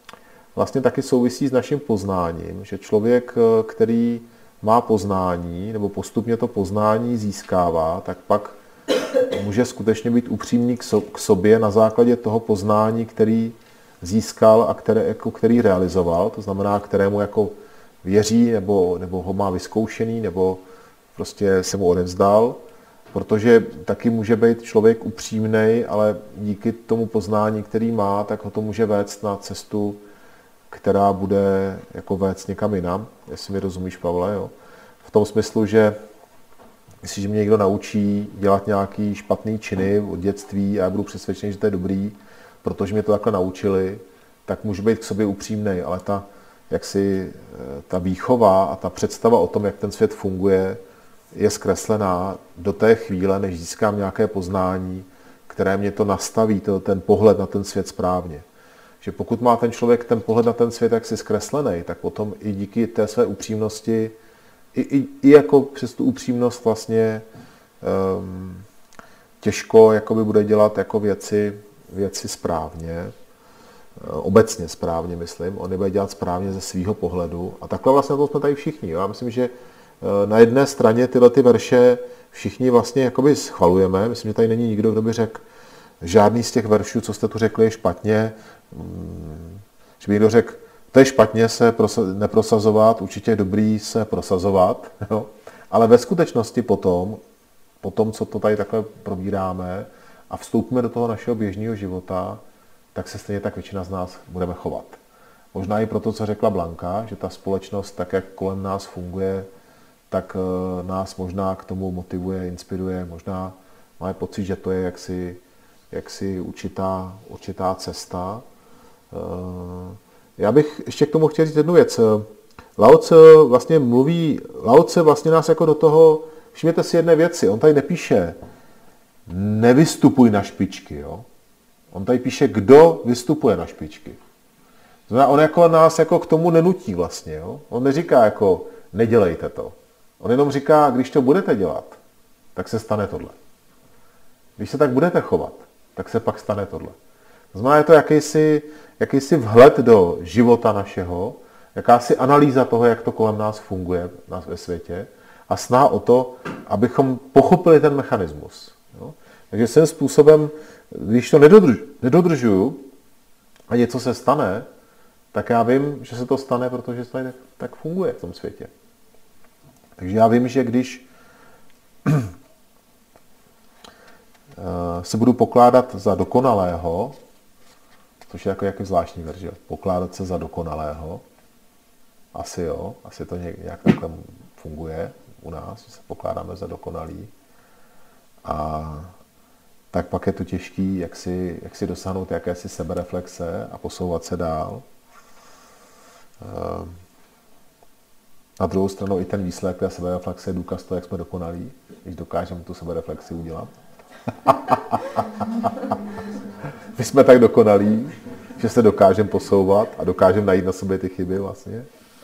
vlastně taky souvisí s naším poznáním, že člověk, který má poznání, nebo postupně to poznání získává, tak pak může skutečně být upřímný k sobě na základě toho poznání, který získal a které, jako který realizoval, to znamená, kterému jako věří, nebo, nebo ho má vyzkoušený, nebo prostě se mu odevzdal, protože taky může být člověk upřímnej, ale díky tomu poznání, který má, tak ho to může vést na cestu, která bude jako vést někam jinam, jestli mi rozumíš, Pavle, jo? V tom smyslu, že jestliže mě někdo naučí dělat nějaký špatný činy od dětství a já budu přesvědčený, že to je dobrý, protože mě to takhle naučili, tak můžu být k sobě upřímnej, ale ta, jaksi, ta výchova a ta představa o tom, jak ten svět funguje, je zkreslená do té chvíle, než získám nějaké poznání, které mě to nastaví, to, ten pohled na ten svět správně. Že pokud má ten člověk ten pohled na ten svět jaksi zkreslený, tak potom i díky té své upřímnosti, i, i, i jako přes tu upřímnost vlastně um, těžko jakoby bude dělat jako věci, věci správně, obecně správně, myslím. On je bude dělat správně ze svého pohledu. A takhle vlastně to jsme tady všichni. Jo? Já myslím, že na jedné straně tyhle ty verše všichni vlastně jakoby schvalujeme. Myslím, že tady není nikdo, kdo by řekl, žádný z těch veršů, co jste tu řekli, je špatně. Že by někdo řekl, to je špatně se neprosazovat, určitě je dobrý se prosazovat. Jo? Ale ve skutečnosti potom, potom, co to tady takhle probíráme a vstoupíme do toho našeho běžného života, tak se stejně tak většina z nás budeme chovat. Možná i proto, co řekla Blanka, že ta společnost, tak jak kolem nás funguje, tak nás možná k tomu motivuje, inspiruje, možná máme pocit, že to je jaksi, jaksi určitá, určitá cesta. Já bych ještě k tomu chtěl říct jednu věc. Lao Tse vlastně mluví, Lao Tse vlastně nás jako do toho, všimněte si jedné věci, on tady nepíše nevystupuj na špičky, jo? On tady píše, kdo vystupuje na špičky. Znamená, on jako nás jako k tomu nenutí vlastně. Jo? On neříká jako nedělejte to. On jenom říká, když to budete dělat, tak se stane tohle. Když se tak budete chovat, tak se pak stane tohle. Znamená, je to jakýsi, jakýsi vhled do života našeho, jakási analýza toho, jak to kolem nás funguje ve světě a snaha o to, abychom pochopili ten mechanismus. Jo? Takže svým způsobem, když to nedodrž, nedodržuju a něco se stane, tak já vím, že se to stane, protože to tak, tak funguje v tom světě. Takže já vím, že když se budu pokládat za dokonalého, což je jako jaký zvláštní verš, pokládat se za dokonalého, asi jo, asi to nějak takhle funguje u nás, že se pokládáme za dokonalý. A tak pak je to těžký, jak si, jak si dosáhnout jakési sebereflexe a posouvat se dál. Na druhou stranu i ten výsledek té sebereflexe je důkaz toho, jak jsme dokonalí, když dokážeme tu sebereflexi udělat. My jsme tak dokonalí, že se dokážeme posouvat a dokážeme najít na sobě ty chyby vlastně.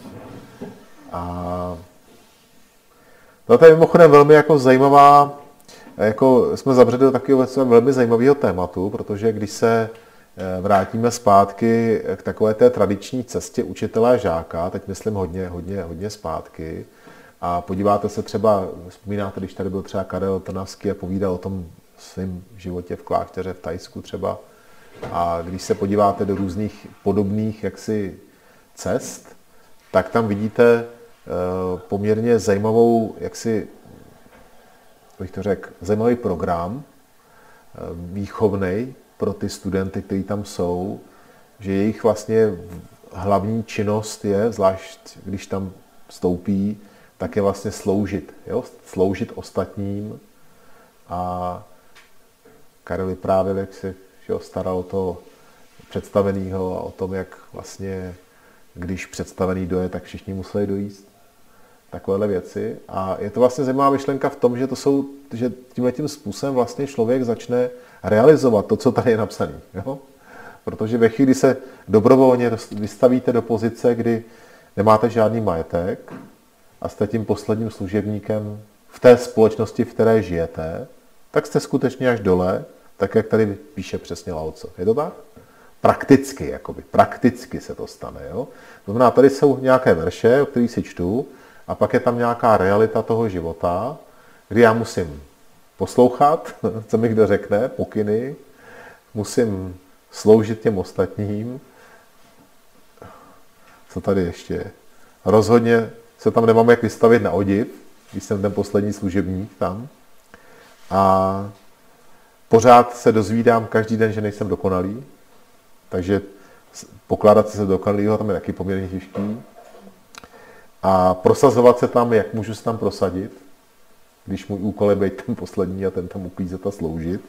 A to je mimochodem velmi jako zajímavá, jako jsme zabředli do takového velmi zajímavého tématu, protože když se vrátíme zpátky k takové té tradiční cestě učitele a žáka, teď myslím hodně, hodně, hodně zpátky, a podíváte se třeba, vzpomínáte, když tady byl třeba Karel Trnavský a povídal o tom svém životě v klášteře v Thajsku třeba, a když se podíváte do různých podobných jaksi cest, tak tam vidíte poměrně zajímavou, jaksi, bych to řekl, zajímavý program výchovnej pro ty studenty, kteří tam jsou, že jejich vlastně hlavní činnost je, zvlášť když tam vstoupí, tak je vlastně sloužit. Jo? Sloužit ostatním. A Karel vyprávěl, jak se že staral o toho představenýho a o tom, jak vlastně, když představený doje, tak všichni museli dojíst. Takovéhle věci. A je to vlastně zajímavá myšlenka v tom, že to jsou, že tímhletím způsobem vlastně člověk začne realizovat to, co tady je napsané. Jo? Protože ve chvíli, kdy se dobrovolně vystavíte do pozice, kdy nemáte žádný majetek a jste tím posledním služebníkem v té společnosti, v které žijete, tak jste skutečně až dole, tak jak tady píše přesně Lao Tse. Je to tak? prakticky, jakoby, prakticky se to stane. Jo? To znamená, tady jsou nějaké verše, o kterých si čtu, a pak je tam nějaká realita toho života, kdy já musím poslouchat, co mi kdo řekne, pokyny, musím sloužit těm ostatním. Co tady ještě je? Rozhodně se tam nemám jak vystavit na odiv, když jsem ten poslední služebník tam. A pořád se dozvídám každý den, že nejsem dokonalý, takže pokládat se dokonalýho tam je taky poměrně těžký. A prosazovat se tam, jak můžu se tam prosadit, když můj úkol je být ten poslední a ten tam uklízet a sloužit.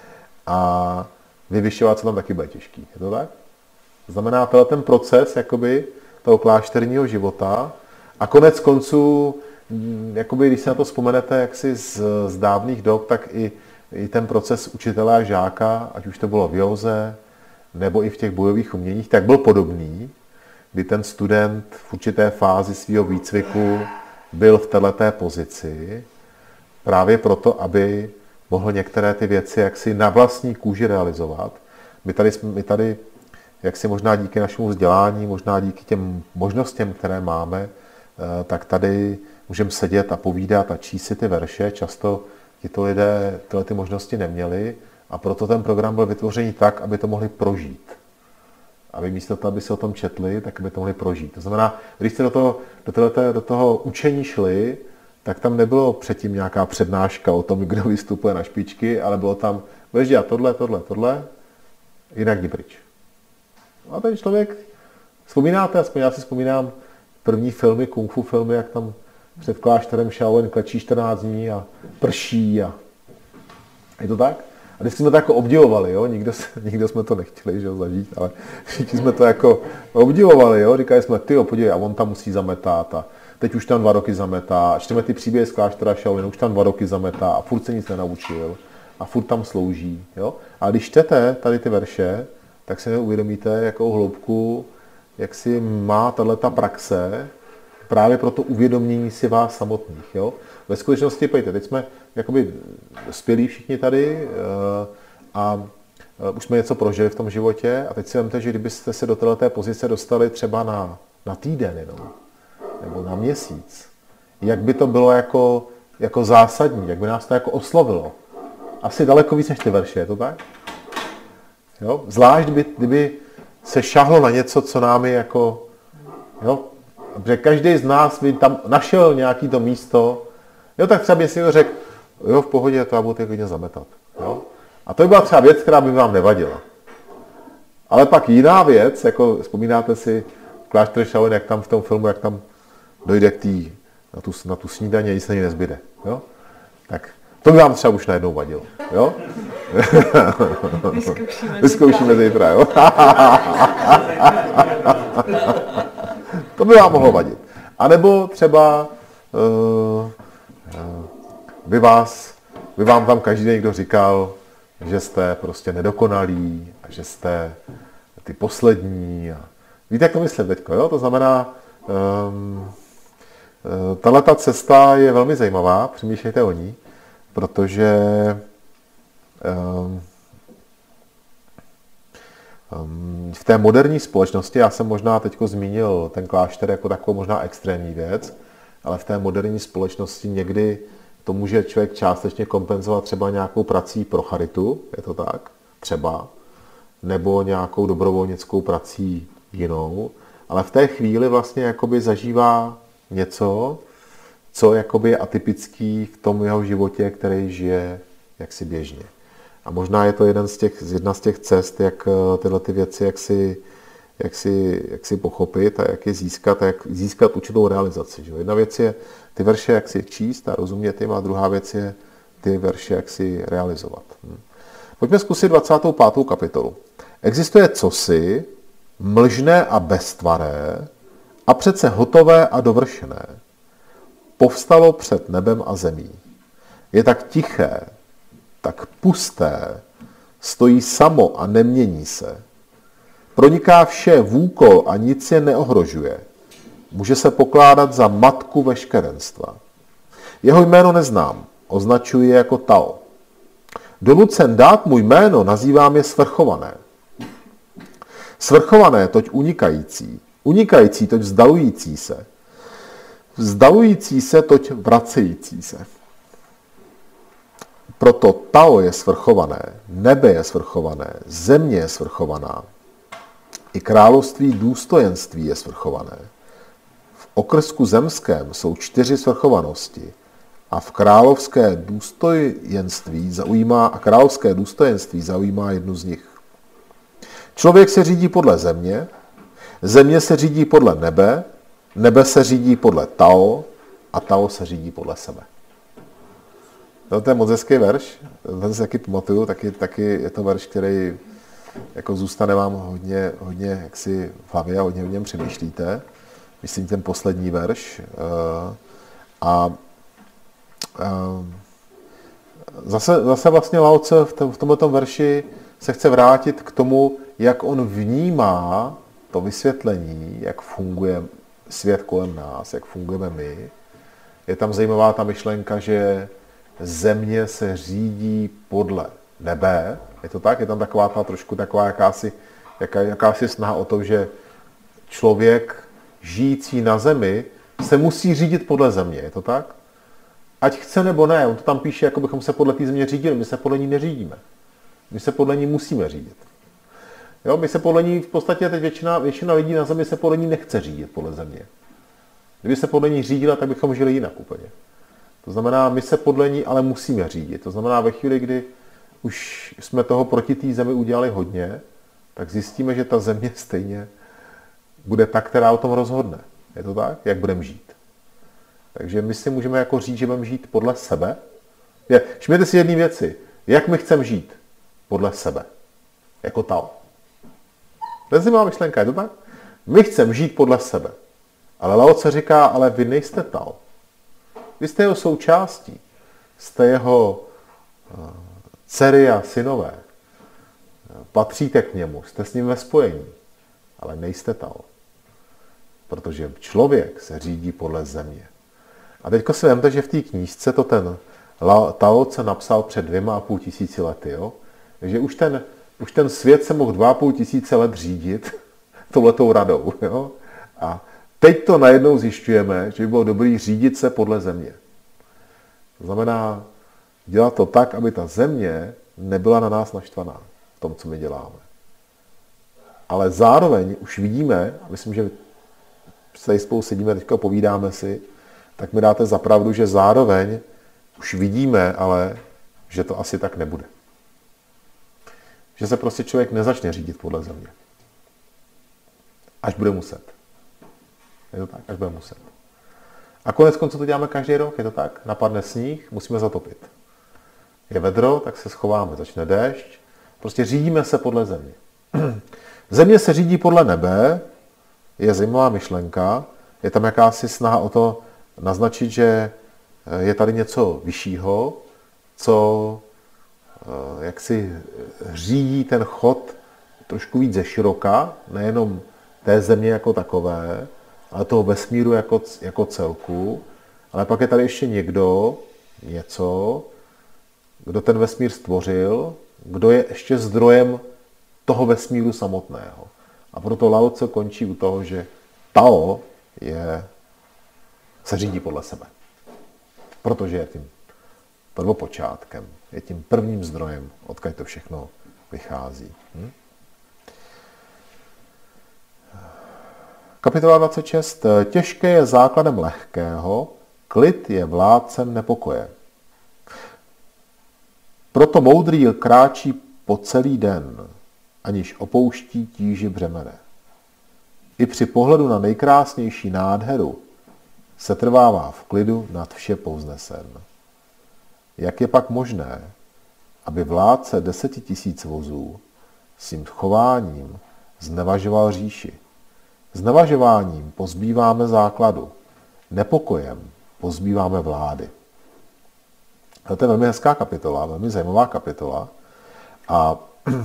A vyvyšovat se tam taky bude těžký. Je to tak? Znamená tenhle ten proces jakoby, toho klášterního života a konec konců, jakoby, když se na to vzpomenete jaksi z, z dávných dob, tak i, i ten proces učitele a žáka, ať už to bylo v józe, nebo i v těch bojových uměních, tak byl podobný, kdy ten student v určité fázi svého výcviku byl v této pozici, právě proto, aby mohl některé ty věci jaksi na vlastní kůži realizovat. My tady, my tady jaksi možná díky našemu vzdělání, možná díky těm možnostem, které máme, tak tady můžeme sedět a povídat a číst si ty verše. Často tito lidé tyhle ty možnosti neměli a proto ten program byl vytvořený tak, aby to mohli prožít. Aby místo toho, aby si o tom četli, tak aby to mohli prožít. To znamená, když jste do toho, do tohoto, do toho učení šli, tak tam nebylo předtím nějaká přednáška o tom, kdo vystupuje na špičky, ale bylo tam, budeš dělat tohle, tohle, tohle, jinak jdi pryč. A ten člověk, vzpomínáte, aspoň já si vzpomínám první filmy, kung fu filmy, jak tam před klášterem Shaolin klečí čtrnáct dní a prší a je to tak? A vždycky jsme to jako obdivovali, jo? Nikdo, nikdo jsme to nechtěli, že ho zažít, ale všichni jsme to jako obdivovali, jo? Říkali jsme, tyjo, podívej, a on tam musí zametat a teď už tam dva roky zametá, a čteme ty příběhy z kláštera Shaolin, už tam dva roky zametá a furt se nic nenaučil a furt tam slouží, jo? A když čtete tady ty verše, tak si neuvědomíte, jakou hloubku, jak si má tato praxe právě pro to uvědomění si vás samotných. Jo? Ve skutečnosti, pojďte, teď jsme jakoby spělí všichni tady a už jsme něco prožili v tom životě a teď si vemte, že kdybyste se do této pozice dostali třeba na, na týden jenom, nebo na měsíc, jak by to bylo jako, jako zásadní, jak by nás to jako oslovilo. Asi daleko víc než ty verše, je to tak? Jo? Zvlášť, kdyby, kdyby se šahlo na něco, co nám je jako, jo, protože každý z nás by tam našel nějaký to místo, jo, tak třeba by si řekl, jo, v pohodě, to já budu klidně zametat, jo. A to by byla třeba věc, která by vám nevadila. Ale pak jiná věc, jako vzpomínáte si v klášteře Shaolin, jak tam v tom filmu, jak tam dojde k tý, na, tu, na tu snídaně, nic na ní nezbyde, jo. Tak to by vám třeba už najednou vadilo, jo.
Vyzkoušíme,
Vyzkoušíme zítra, jo. To by vám mohlo vadit. A nebo třeba uh, by, vás, by vám tam každý den někdo říkal, že jste prostě nedokonalí a že jste ty poslední. A víte, jak to myslím teďko, jo? To znamená, um, tato cesta je velmi zajímavá, přemýšlejte o ní, protože um, v té moderní společnosti, já jsem možná teď zmínil ten klášter jako takovou možná extrémní věc, ale v té moderní společnosti někdy to může člověk částečně kompenzovat třeba nějakou prací pro charitu, je to tak, třeba, nebo nějakou dobrovolnickou prací jinou, ale v té chvíli vlastně jakoby zažívá něco, co jakoby je atypický v tom jeho životě, který žije jaksi běžně. A možná je to jeden z těch, jedna z těch cest, jak tyhle ty věci, jak si, jak si, jak si pochopit a jak je získat, a jak získat určitou realizaci. Že? Jedna věc je ty verše, jak si číst a rozumět jim, a druhá věc je ty verše, jak si realizovat. Hm. Pojďme zkusit dvacátou pátou kapitolu. Existuje cosi mlžné a beztvaré a přece hotové a dovršené. Povstalo před nebem a zemí. Je tak tiché, tak pusté, stojí samo a nemění se. Proniká vše v úkol a nic je neohrožuje. Může se pokládat za matku veškerenstva. Jeho jméno neznám, označuji je jako Tao. Donucen dát můj jméno, nazývám je svrchované. Svrchované, toť unikající. Unikající, toť vzdalující se. Vzdalující se, toť vracející se. Proto Tao je svrchované, nebe je svrchované, země je svrchovaná. I království důstojenství je svrchované. V okrsku zemském jsou čtyři svrchovanosti a v královské důstojenství zaujímá, a královské důstojenství zaujímá jednu z nich. Člověk se řídí podle země, země se řídí podle nebe, nebe se řídí podle Tao a Tao se řídí podle sebe. To je moc hezký verš, ten si taky pamatuju, taky, taky je to verš, který jako zůstane vám hodně, hodně jaksi v hlavě a hodně o něm přemýšlíte. Myslím ten poslední verš. A, a zase, zase vlastně Lao Tse v, tom, v tomto verši se chce vrátit k tomu, jak on vnímá to vysvětlení, jak funguje svět kolem nás, jak fungujeme my. Je tam zajímavá ta myšlenka, že země se řídí podle nebe. Je to tak? Je tam taková ta trošku taková jakási, jaká, jakási snaha o to, že člověk žijící na zemi se musí řídit podle země. Je to tak? Ať chce nebo ne. On to tam píše, jako bychom se podle té země řídili. My se podle ní neřídíme. My se podle ní musíme řídit. Jo, my se podle ní, v podstatě teď většina, většina lidí na zemi se podle ní nechce řídit podle země. Kdyby se podle ní řídila, tak bychom žili jinak úplně. To znamená, my se podle ní ale musíme řídit. To znamená, ve chvíli, kdy už jsme toho proti té zemi udělali hodně, tak zjistíme, že ta země stejně bude ta, která o tom rozhodne. Je to tak? Jak budeme žít? Takže my si můžeme jako říct, že budeme žít podle sebe. Všimněte si jedné věci. Jak my chceme žít? Podle sebe. Jako Tao. To je zajímavá myšlenka, je to tak? My chceme žít podle sebe. Ale Lao Tse říká, ale vy nejste Tao. Vy jste jeho součástí. Jste jeho uh, dcery a synové. Patříte k němu, jste s ním ve spojení. Ale nejste Tao. Protože člověk se řídí podle země. A teďko si vemte, že v té knížce to ten Tao Tse napsal před dvěma a půl tisíci lety. Jo? Takže už ten, už ten svět se mohl dva a půl tisíce let řídit touhletou radou. Jo? A teď to najednou zjišťujeme, že by bylo dobré řídit se podle země. To znamená dělat to tak, aby ta země nebyla na nás naštvaná v tom, co my děláme. Ale zároveň už vidíme, myslím, že se spolu sedíme, teďka povídáme si, tak mi dáte za pravdu, že zároveň už vidíme, ale že to asi tak nebude. Že se prostě člověk nezačne řídit podle země. Až bude muset. Je to tak? Až bude muset. A konec konců to děláme každý rok, je to tak? Napadne sníh, musíme zatopit. Je vedro, tak se schováme. Začne déšť. Prostě řídíme se podle země. Země se řídí podle nebe, je zajímavá myšlenka, je tam jakási snaha o to naznačit, že je tady něco vyššího, co jak si řídí ten chod trošku víc ze široka, nejenom té země jako takové, ale toho vesmíru jako, jako celku. Ale pak je tady ještě někdo, něco, kdo ten vesmír stvořil, kdo je ještě zdrojem toho vesmíru samotného. A proto Lao Tse končí u toho, že Tao je, se řídí podle sebe. Protože je tím prvopočátkem, je tím prvním zdrojem, odkud to všechno vychází. Hm? Kapitola dvacet šest. Těžké je základem lehkého, klid je vládcem nepokoje. Proto moudrý kráčí po celý den, aniž opouští tíži břemene. I při pohledu na nejkrásnější nádheru se trvává v klidu nad vše povznesen. Jak je pak možné, aby vládce deseti tisíc vozů svým chováním znevažoval říši? Znevažováním pozbýváme základu, nepokojem pozbýváme vlády. To je velmi hezká kapitola, velmi zajímavá kapitola a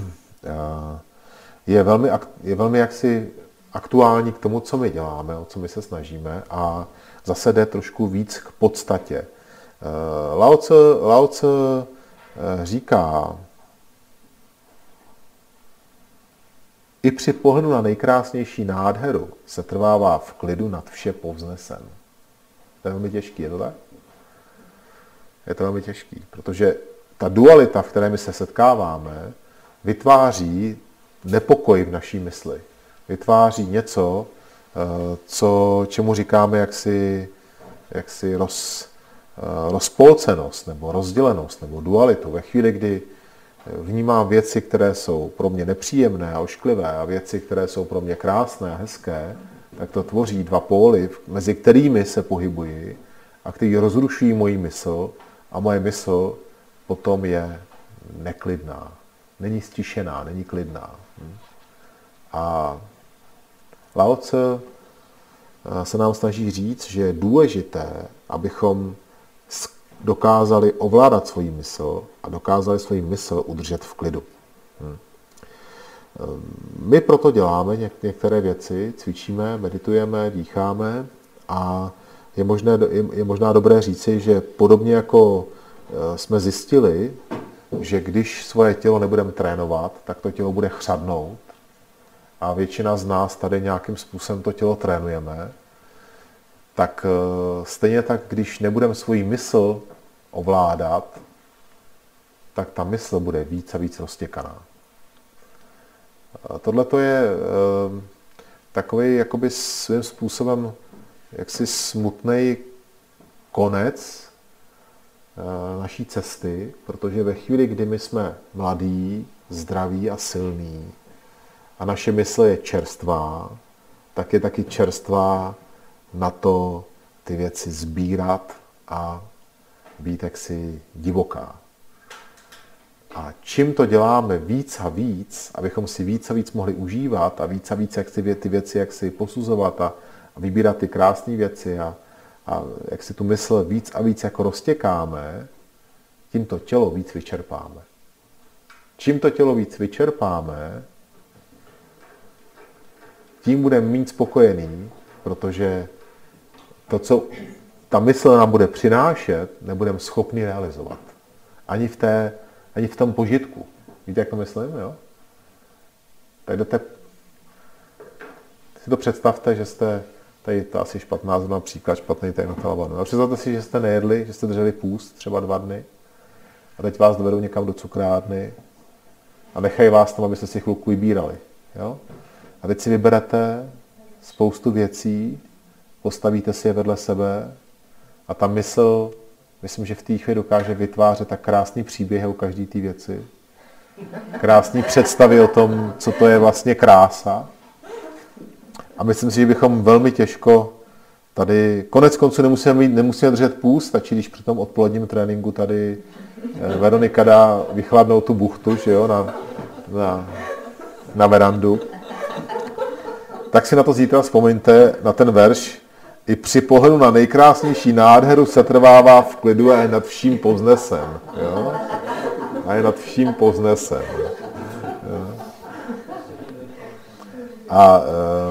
je velmi, je velmi jaksi aktuální k tomu, co my děláme, o co my se snažíme a zase jde trošku víc k podstatě. Lao Tse, Lao Tse říká, i při pohledu na nejkrásnější nádheru se trvává v klidu nad vše povznesen. To je velmi těžký, je to tak? Je to velmi těžký, protože ta dualita, v které my se setkáváme, vytváří nepokoj v naší mysli. Vytváří něco, co, čemu říkáme jaksi, jaksi roz, rozpolcenost, nebo rozdělenost, nebo dualitu. Ve chvíli, kdy vnímám věci, které jsou pro mě nepříjemné a ošklivé, a věci, které jsou pro mě krásné a hezké, tak to tvoří dva póly, mezi kterými se pohybuji a který rozrušují moji mysl, a moje mysl potom je neklidná. Není stišená, není klidná. A Lao Tse se nám snaží říct, že je důležité, abychom dokázali ovládat svoji mysl a dokázali svoji mysl udržet v klidu. My proto děláme některé věci, cvičíme, meditujeme, dýcháme a je, možné, je možná dobré říci, že podobně jako jsme zjistili, že když svoje tělo nebudeme trénovat, tak to tělo bude chřadnout a většina z nás tady nějakým způsobem to tělo trénujeme, tak stejně tak, když nebudeme svoji mysl ovládat, tak ta mysl bude víc a víc roztěkaná. Tohle to je takový jakoby svým způsobem jaksi smutný konec naší cesty, protože ve chvíli, kdy my jsme mladí, zdraví a silní a naše mysl je čerstvá, tak je taky čerstvá na to ty věci sbírat a být jaksi divoká. A čím to děláme víc a víc, abychom si víc a víc mohli užívat a víc a víc jak si ty věci jak si posuzovat a, a vybírat ty krásné věci a, a jak si tu mysl víc a víc jako roztěkáme, tím to tělo víc vyčerpáme. Čím to tělo víc vyčerpáme, tím budeme mít spokojený, protože to, co ta mysl nám bude přinášet, nebudeme schopni realizovat. Ani v, té, ani v tom požitku. Víte, jak to myslím? Jo? Tak jdete, si to představte, že jste, tady to asi špatná zrovna příklad, špatný tady na telefonu. Ale představte si, že jste nejedli, že jste drželi půst třeba dva dny a teď vás dovedou někam do cukrárny a nechají vás tam, abyste si chvilku vybírali. Jo? A teď si vyberete spoustu věcí, postavíte si je vedle sebe a ta mysl, myslím, že v té chvíli dokáže vytvářet tak krásný příběh u každé té věci. Krásný představy o tom, co to je vlastně krása. A myslím si, že bychom velmi těžko tady, konec konců nemusíme, mít, nemusíme držet půst, stačí, když při tom odpoledním tréninku tady Veronika dá vychladnout tu buchtu, že jo, na, na, na verandu. Tak si na to zítra vzpomeňte, na ten verš. I při pohledu na nejkrásnější nádheru se trvává v klidu a je nad vším povznesen. Jo? A je nad vším povznesen. Jo? A,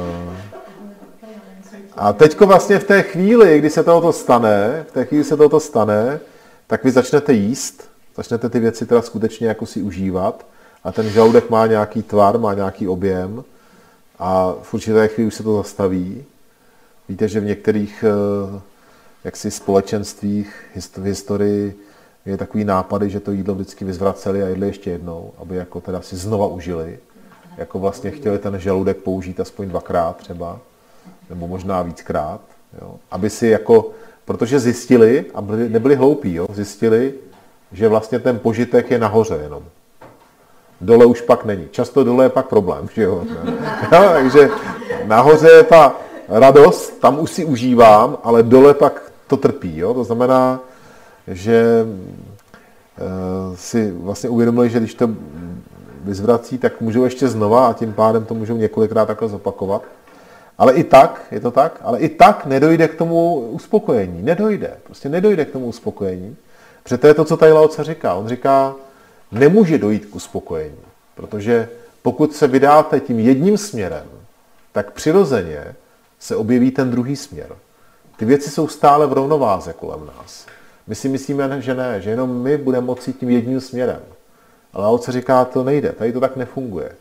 a teďko vlastně v té chvíli, kdy se tohoto stane, v té chvíli se tohoto stane, tak vy začnete jíst, začnete ty věci teda skutečně jako si užívat a ten žaludek má nějaký tvar, má nějaký objem a v určité chvíli už se to zastaví. Víte, že v některých jaksi společenstvích v historii je takový nápady, že to jídlo vždycky vyzvraceli a jedli ještě jednou, aby jako teda si znova užili. Jako vlastně chtěli ten žaludek použít aspoň dvakrát třeba, nebo možná víckrát. Jo. Aby si jako, protože zjistili, a byli, nebyli hloupí, jo, zjistili, že vlastně ten požitek je nahoře jenom. Dole už pak není. Často dole je pak problém, že jo. jo takže nahoře je ta radost, tam už si užívám, ale dole pak to trpí. Jo? To znamená, že e, si vlastně uvědomili, že když to vyzvrací, tak můžou ještě znova a tím pádem to můžou několikrát takhle zopakovat. Ale i tak, je to tak, ale i tak nedojde k tomu uspokojení. Nedojde, prostě nedojde k tomu uspokojení. Protože to je to, co tady Lao Tse říká. On říká, nemůže dojít k uspokojení, protože pokud se vydáte tím jedním směrem, tak přirozeně se objeví ten druhý směr. Ty věci jsou stále v rovnováze kolem nás. My si myslíme, že ne, že jenom my budeme moci tím jedním směrem. Ale Lao Tse říká, to nejde, tady to tak nefunguje.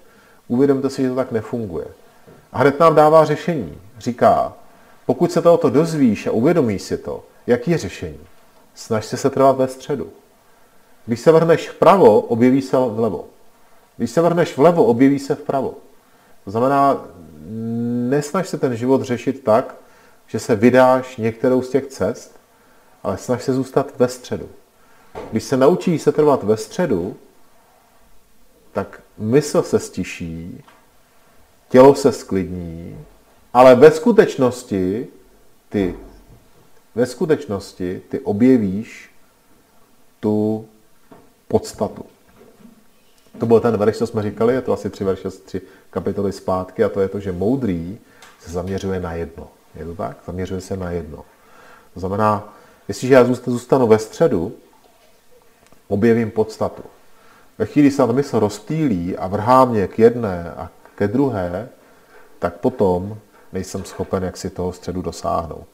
Uvědomte si, že to tak nefunguje. A hned nám dává řešení. Říká, pokud se tohoto dozvíš a uvědomíš si to, jaký je řešení? Snaž se setrvat ve středu. Když se vrhneš vpravo, objeví se vlevo. Když se vrhneš vlevo, objeví se vpravo. To znamená, nesnaž se ten život řešit tak, že se vydáš některou z těch cest, ale snaž se zůstat ve středu. Když se naučíš setrvat ve středu, tak mysl se stiší, tělo se sklidní, ale ve skutečnosti ty, ve skutečnosti ty objevíš tu podstatu. To byl ten verš, co jsme říkali, je to asi tři verše, tři kapitoly zpátky, a to je to, že moudrý se zaměřuje na jedno. Je to tak? Zaměřuje se na jedno. To znamená, jestliže já zůstanu ve středu, objevím podstatu. Ve chvíli, kdy se ta mysl rozptýlí a vrhá mě k jedné a ke druhé, tak potom nejsem schopen jak si toho středu dosáhnout.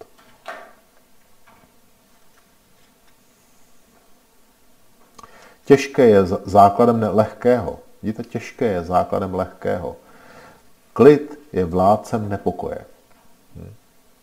Těžké je základem lehkého. Vidíte, těžké je základem lehkého. Klid je vládcem nepokoje. Hm.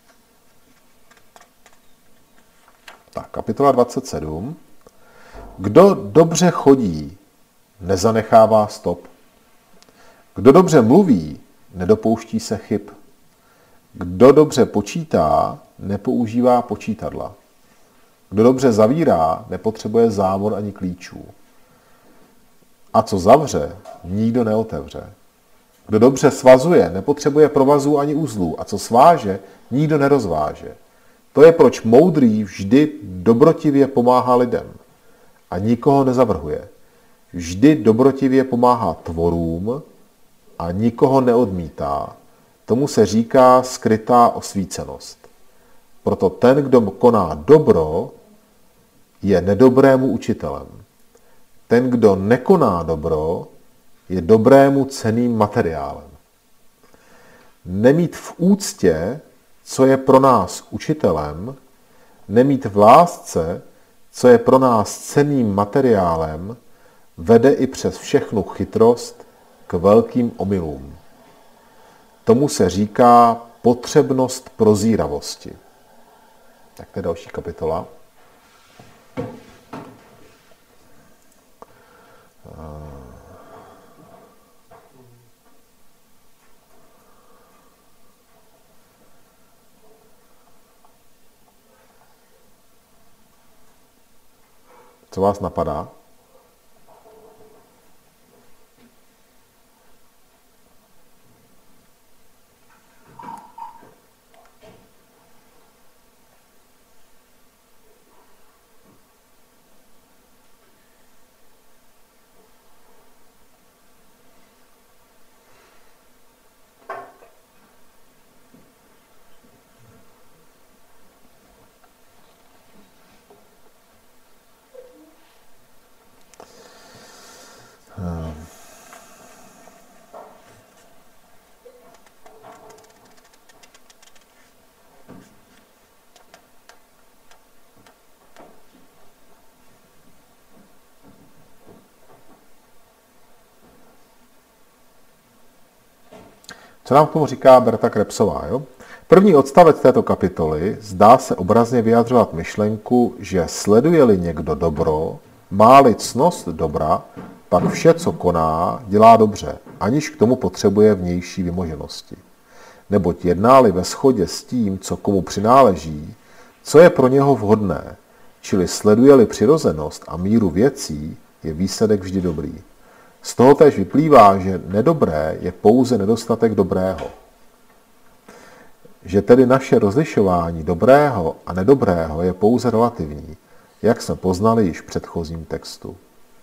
Tak, kapitola dvacet sedm. Kdo dobře chodí, nezanechává stop. Kdo dobře mluví, nedopouští se chyb. Kdo dobře počítá, nepoužívá počítadla. Kdo dobře zavírá, nepotřebuje závor ani klíčů. A co zavře, nikdo neotevře. Kdo dobře svazuje, nepotřebuje provazů ani uzlů. A co sváže, nikdo nerozváže. To je, proč moudrý vždy dobrotivě pomáhá lidem a nikoho nezavrhuje. Vždy dobrotivě pomáhá tvorům a nikoho neodmítá. Tomu se říká skrytá osvícenost. Proto ten, kdo koná dobro, je nedobrému učitelem. Ten, kdo nekoná dobro, je dobrému cenným materiálem. Nemít v úctě, co je pro nás učitelem, nemít v lásce, co je pro nás cenným materiálem, vede i přes všechnu chytrost k velkým omylům. Tomu se říká potřebnost prozíravosti. Tak to je další kapitola. Co vás napadá? Co nám k tomu říká Berta Krebsová? Jo? První odstavec této kapitoly zdá se obrazně vyjadřovat myšlenku, že sleduje-li někdo dobro, má-li ctnost dobra, pak vše, co koná, dělá dobře, aniž k tomu potřebuje vnější vymoženosti. Neboť jedná-li ve shodě s tím, co komu přináleží, co je pro něho vhodné, čili sleduje-li přirozenost a míru věcí, je výsledek vždy dobrý. Z toho též vyplývá, že nedobré je pouze nedostatek dobrého. Že tedy naše rozlišování dobrého a nedobrého je pouze relativní, jak jsme poznali již v předchozím textu.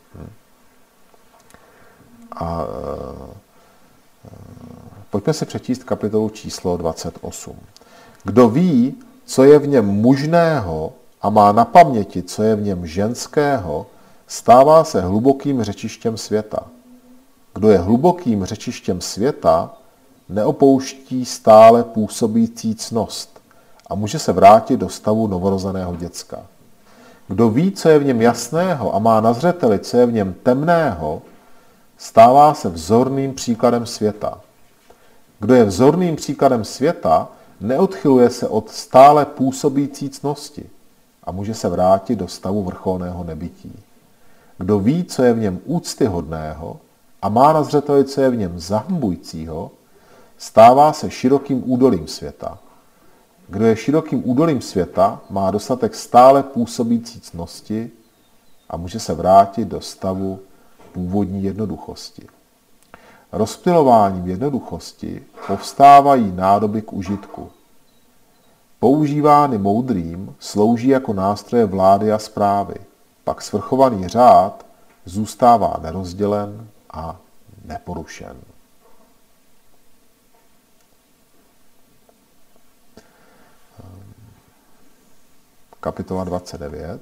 A e, pojďme si přečíst kapitolu číslo dvacet osm. Kdo ví, co je v něm mužného a má na paměti, co je v něm ženského, stává se hlubokým řečištěm světa. Kdo je hlubokým řečištěm světa, neopouští stále působící ctnost a může se vrátit do stavu novorozeného děcka. Kdo ví, co je v něm jasného a má na zřeteli, co je v něm temného, stává se vzorným příkladem světa. Kdo je vzorným příkladem světa, neodchyluje se od stále působící ctnosti a může se vrátit do stavu vrcholného nebytí. Kdo ví, co je v něm úctyhodného a má na zřeteli, co je v něm zahambujícího, stává se širokým údolím světa. Kdo je širokým údolím světa, má dostatek stále působící ctnosti a může se vrátit do stavu původní jednoduchosti. Rozptylováním jednoduchosti povstávají nádoby k užitku. Používány moudrým slouží jako nástroje vlády a správy. Pak svrchovaný řád zůstává nerozdělen a neporušen. Kapitola dvacet devět.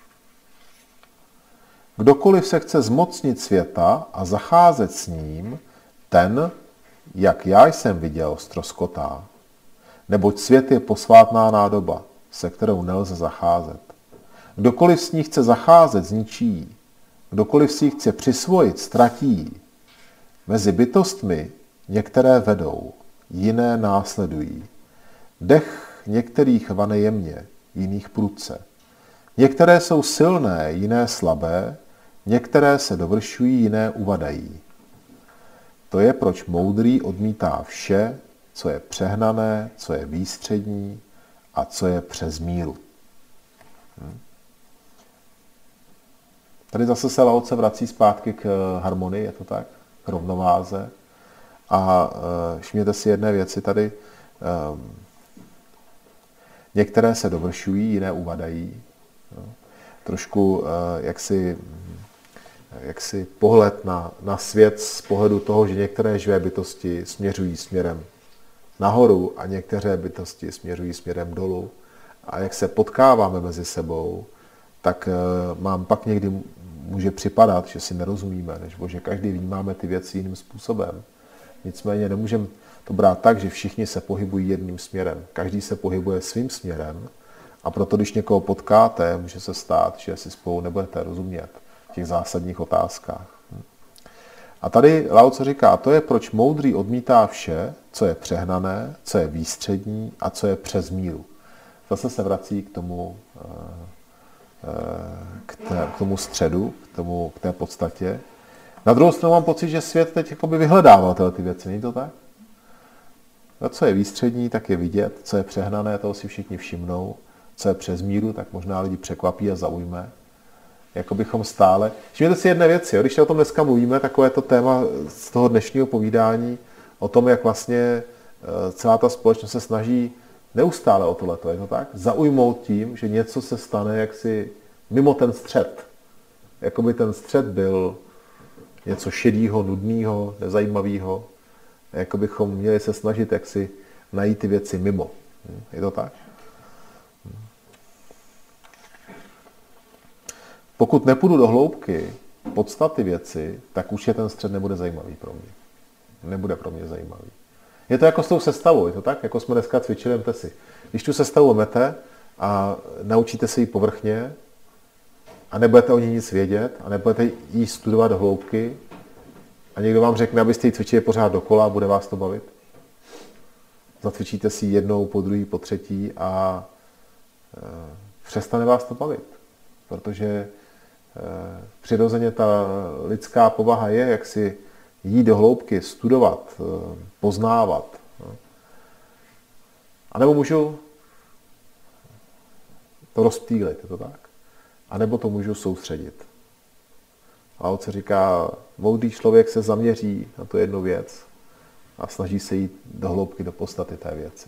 Kdokoliv se chce zmocnit světa a zacházet s ním, ten, jak já jsem viděl, ztroskotá. Neboť svět je posvátná nádoba, se kterou nelze zacházet. Kdokoliv s ní chce zacházet, zničí ji. Kdokoliv si ji chce přisvojit, ztratí ji. Mezi bytostmi některé vedou, jiné následují. Dech některých vane jemně, jiných prudce. Některé jsou silné, jiné slabé, některé se dovršují, jiné uvadají. To je, proč moudrý odmítá vše, co je přehnané, co je výstřední a co je přes míru. Hm. Tady zase se Lao Tse vrací zpátky k harmonii, je to tak? K rovnováze. A uh, všimněte si jedné věci tady. Um, některé se dovršují, jiné uvadají. No. Trošku uh, jaksi, jaksi pohled na, na svět z pohledu toho, že některé živé bytosti směřují směrem nahoru a některé bytosti směřují směrem dolů. A jak se potkáváme mezi sebou, tak uh, mám pak někdy může připadat, že si nerozumíme, nebo že každý vnímáme ty věci jiným způsobem. Nicméně nemůžeme to brát tak, že všichni se pohybují jedním směrem. Každý se pohybuje svým směrem a proto, když někoho potkáte, může se stát, že si spolu nebudete rozumět v těch zásadních otázkách. A tady Lao Tse říká, to je, proč moudrý odmítá vše, co je přehnané, co je výstřední a co je přes míru. Zase se vrací k tomu, k, té, k tomu středu, k, tomu, k té podstatě. Na druhou stranu mám pocit, že svět teď jakoby vyhledával tyhle ty věci, není to tak? A co je výstřední, tak je vidět, co je přehnané, toho si všichni všimnou, co je přes míru, tak možná lidi překvapí a zaujme. Jako bychom stále... Všimněte si jedné věci, jo? Když o tom dneska mluvíme, takové to téma z toho dnešního povídání o tom, jak vlastně celá ta společnost se snaží neustále o tohleto, je to tak? Zaujmout tím, že něco se stane jaksi mimo ten střed. Jakoby ten střed byl něco šedýho, nudného, nezajímavého. Jako bychom měli se snažit jaksi najít ty věci mimo. Je to tak? Pokud nepůjdu do hloubky podstaty věci, tak už je ten střed nebude zajímavý pro mě. Nebude pro mě zajímavý. Je to jako s tou sestavou, je to tak? Jako jsme dneska cvičili, vemte si. Když tu sestavu mete a naučíte se ji povrchně a nebudete o ní nic vědět a nebudete ji studovat do hloubky a někdo vám řekne, abyste ji cvičili pořád dokola, bude vás to bavit? Zacvičíte si jednou, po druhý, po třetí a e, přestane vás to bavit. Protože e, přirozeně ta lidská povaha je, jak si jít do hloubky, studovat, e, poznávat. No. A nebo můžu to rozptýlit, je to tak? A nebo to můžu soustředit. Lao Tse říká, moudrý člověk se zaměří na tu jednu věc a snaží se jít do hloubky, do podstaty té věci.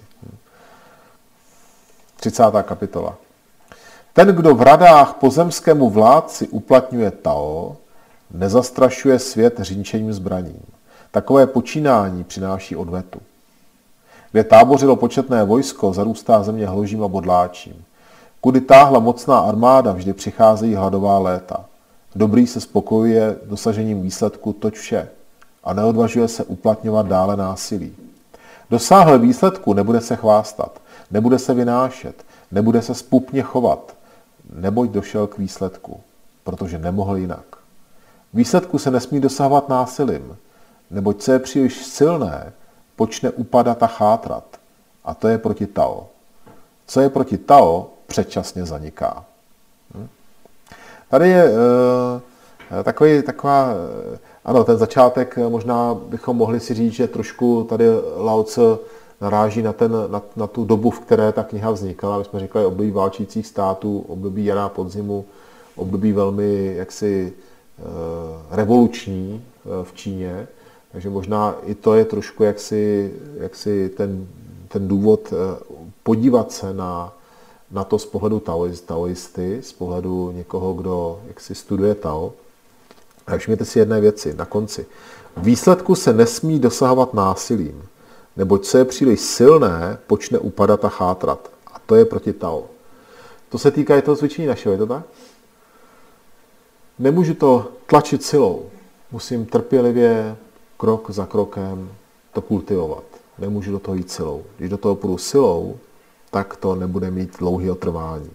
třicátá kapitola. Ten, kdo v radách pozemskému vládci uplatňuje Tao, nezastrašuje svět řinčením zbraním. Takové počínání přináší odvetu. Kde tábořilo početné vojsko, zarůstá země hložím a bodláčím. Kudy táhla mocná armáda, vždy přicházejí hladová léta. Dobrý se spokojuje dosažením výsledku, toť vše, a neodvažuje se uplatňovat dále násilí. Dosáhl výsledku, nebude se chvástat, nebude se vynášet, nebude se spupně chovat, neboť došel k výsledku, protože nemohl jinak. Výsledku se nesmí dosahovat násilím, neboť co je příliš silné, počne upadat a chátrat. A to je proti Tao. Co je proti Tao, předčasně zaniká. Hm? Tady je uh, takový, taková, uh, ano, ten začátek možná bychom mohli si říct, že trošku tady Lao Tse naráží na, ten, na, na tu dobu, v které ta kniha vznikala. My jsme říkali období válčících států, období jara podzimu, období velmi jaksi uh, revoluční uh, v Číně. Takže možná i to je trošku jaksi, jaksi ten, ten důvod uh, podívat se na, na to z pohledu taoisty, z pohledu někoho, kdo jaksi studuje Tao. A všimněte si jedné věci na konci. Výsledku se nesmí dosahovat násilím, neboť co je příliš silné, počne upadat a chátrat. A to je proti Tao. To se týká i toho cvičení našeho, je to tak? Nemůžu to tlačit silou. Musím trpělivě, krok za krokem, to kultivovat. Nemůžu do toho jít silou. Když do toho půjdu silou, tak to nebude mít dlouhého trvání.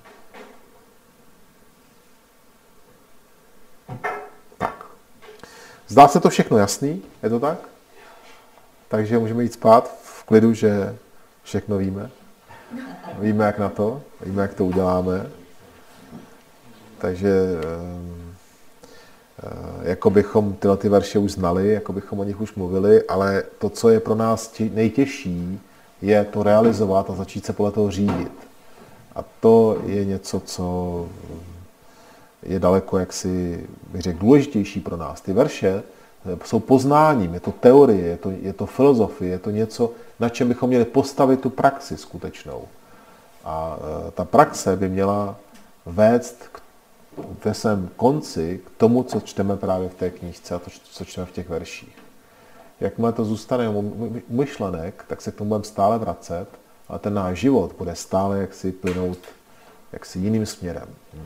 Tak. Zdá se to všechno jasný? Je to tak? Takže můžeme jít spát v klidu, že všechno víme. Víme, jak na to, víme, jak to uděláme. Takže jako bychom tyhle ty verše už znali, jako bychom o nich už mluvili, ale to, co je pro nás nejtěžší, je to realizovat a začít se podle toho řídit. A to je něco, co je daleko, jaksi bych řekl, důležitější pro nás. Ty verše jsou poznáním, je to teorie, je to, je to filozofie, je to něco, na čem bychom měli postavit tu praxi skutečnou. A ta praxe by měla vést k, ve svém konci k tomu, co čteme právě v té knížce a to, co čteme v těch verších. Jakmile to zůstane myšlenek, tak se k tomu budeme stále vracet, ale ten náš život bude stále jaksi plynout jaksi jiným směrem.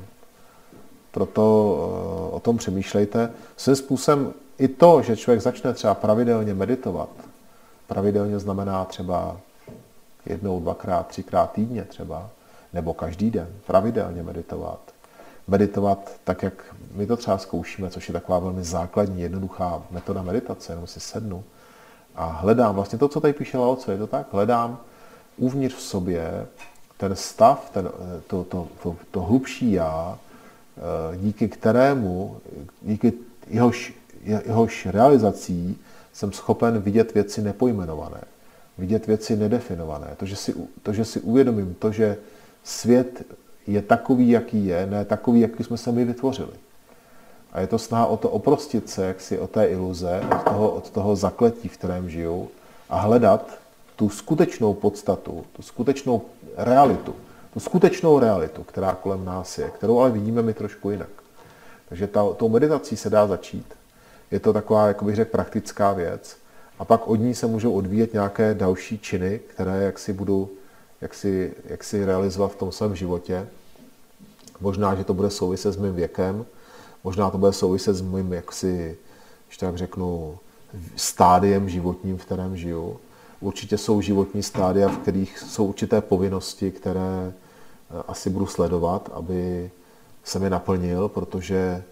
Proto o tom přemýšlejte. Svým způsobem i to, že člověk začne třeba pravidelně meditovat, pravidelně znamená třeba jednou, dvakrát, třikrát týdně třeba, nebo každý den, pravidelně meditovat. Meditovat tak, jak my to třeba zkoušíme, což je taková velmi základní, jednoduchá metoda meditace, jenom si sednu a hledám vlastně to, co tady píše Lao Tse, je to tak? Hledám uvnitř v sobě ten stav, ten, to, to, to, to hlubší já, díky kterému, díky jehož, jehož realizací jsem schopen vidět věci nepojmenované, vidět věci nedefinované. To, že si, to, že si uvědomím to, že svět je takový, jaký je, ne takový, jaký jsme se my vytvořili. A je to snaha o to oprostit se jaksi od té iluze, od toho, od toho zakletí, v kterém žiju, a hledat tu skutečnou podstatu, tu skutečnou realitu, tu skutečnou realitu, která kolem nás je, kterou ale vidíme my trošku jinak. Takže ta, tou meditací se dá začít. Je to taková, jako bych řekl, praktická věc. A pak od ní se můžou odvíjet nějaké další činy, které jaksi budu jaksi, jaksi realizovat v tom svém životě. Možná, že to bude souviset s mým věkem, možná to bude souviset s mým, jaksi, když tak řeknu, stádiem životním, v kterém žiju. Určitě jsou životní stádia, v kterých jsou určité povinnosti, které asi budu sledovat, aby jsem je naplnil, protože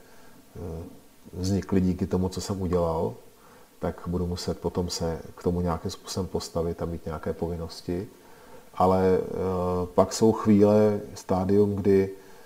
vznikly díky tomu, co jsem udělal, tak budu muset potom se k tomu nějakým způsobem postavit a mít nějaké povinnosti. Ale pak jsou chvíle, stádium, kdy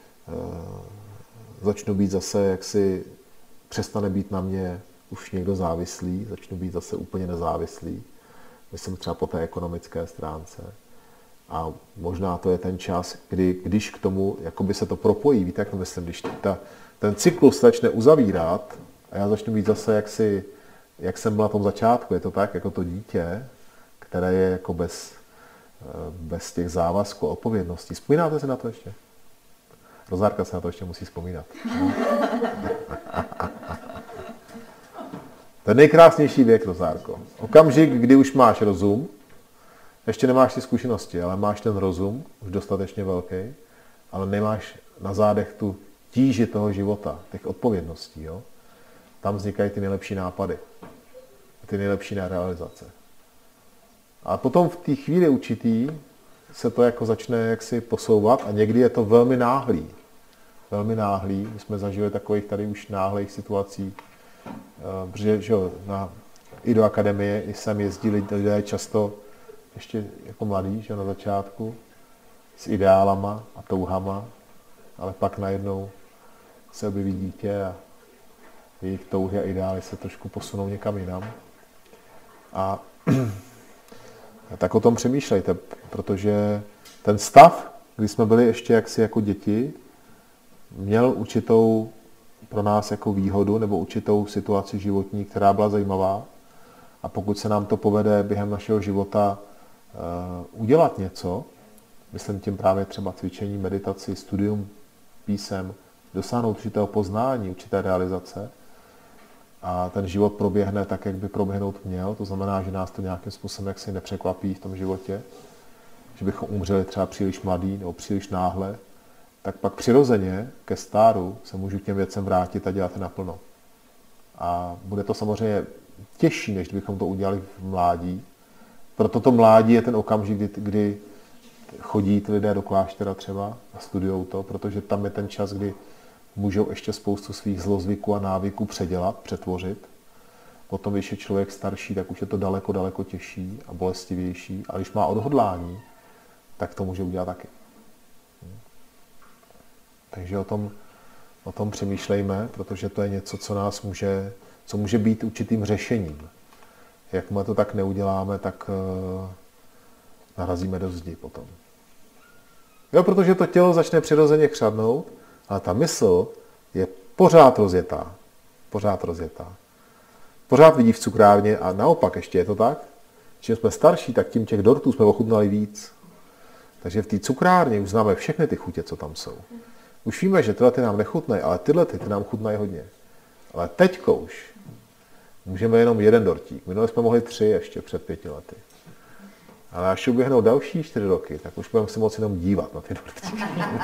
začnu být zase, jaksi přestane být na mě už někdo závislý, začnu být zase úplně nezávislý. Myslím třeba po té ekonomické stránce. A možná to je ten čas, kdy, když k tomu jakoby se to propojí, víte, jak to myslím, když ta, ten cyklus začne uzavírat a já začnu být zase jaksi, jak jsem byl na tom začátku, je to tak, jako to dítě, které je jako bez, bez těch závazků a odpovědností. Vzpomínáte si na to ještě? Rozárka se na to ještě musí vzpomínat. To je nejkrásnější věk, Rozárko. Okamžik, kdy už máš rozum, ještě nemáš ty zkušenosti, ale máš ten rozum, už dostatečně velký, ale nemáš na zádech tu tíži toho života, těch odpovědností. Jo? Tam vznikají ty nejlepší nápady, ty nejlepší realizace. A potom v té chvíli určitý se to jako začne jaksi posouvat a někdy je to velmi náhlý. velmi náhlý. My jsme zažili takových tady už náhlých situací, protože že jo, na, i do akademie i sem jezdili lidé často ještě jako mladí, že na začátku, s ideálama a touhama, ale pak najednou se objeví dítě a jejich touhy a ideály se trošku posunou někam jinam. A tak o tom přemýšlejte, protože ten stav, kdy jsme byli ještě jaksi jako děti, měl určitou pro nás jako výhodu nebo určitou situaci životní, která byla zajímavá. A pokud se nám to povede během našeho života uh, udělat něco, myslím tím právě třeba cvičení, meditaci, studium písem, dosáhnout určitého poznání, určité realizace a ten život proběhne tak, jak by proběhnout měl, to znamená, že nás to nějakým způsobem jaksi nepřekvapí v tom životě, že bychom umřeli třeba příliš mladý nebo příliš náhle, tak pak přirozeně ke stáru se můžu k těm věcem vrátit a dělat je naplno. A bude to samozřejmě těžší, než kdybychom to udělali v mládí. Proto to mládí je ten okamžik, kdy, kdy chodí ty lidé do kláštera třeba a studujou to, protože tam je ten čas, kdy můžou ještě spoustu svých zlozvyků a návyků předělat, přetvořit. Potom, když je člověk starší, tak už je to daleko, daleko těžší a bolestivější. A když má odhodlání, tak to může udělat taky. Takže o tom, o tom přemýšlejme, protože to je něco, co nás může, co může být určitým řešením. Jakmile to tak neuděláme, tak uh, narazíme do zdi potom. Jo, protože to tělo začne přirozeně chřadnout, ale ta mysl je pořád rozjetá. Pořád rozjetá. Pořád vidí v cukrárně a naopak ještě je to tak. Čím jsme starší, tak tím těch dortů jsme ochutnali víc. Takže v té cukrárně už známe všechny ty chutě, co tam jsou. Už víme, že tyhle ty nám nechutnají, ale tyhle ty, ty nám chutnají hodně. Ale teďko už můžeme jenom jeden dortík. Minule jsme mohli tři ještě před pěti lety. Ale až uběhnou další čtyři roky, tak už budeme si moci jenom dívat na ty dortíky.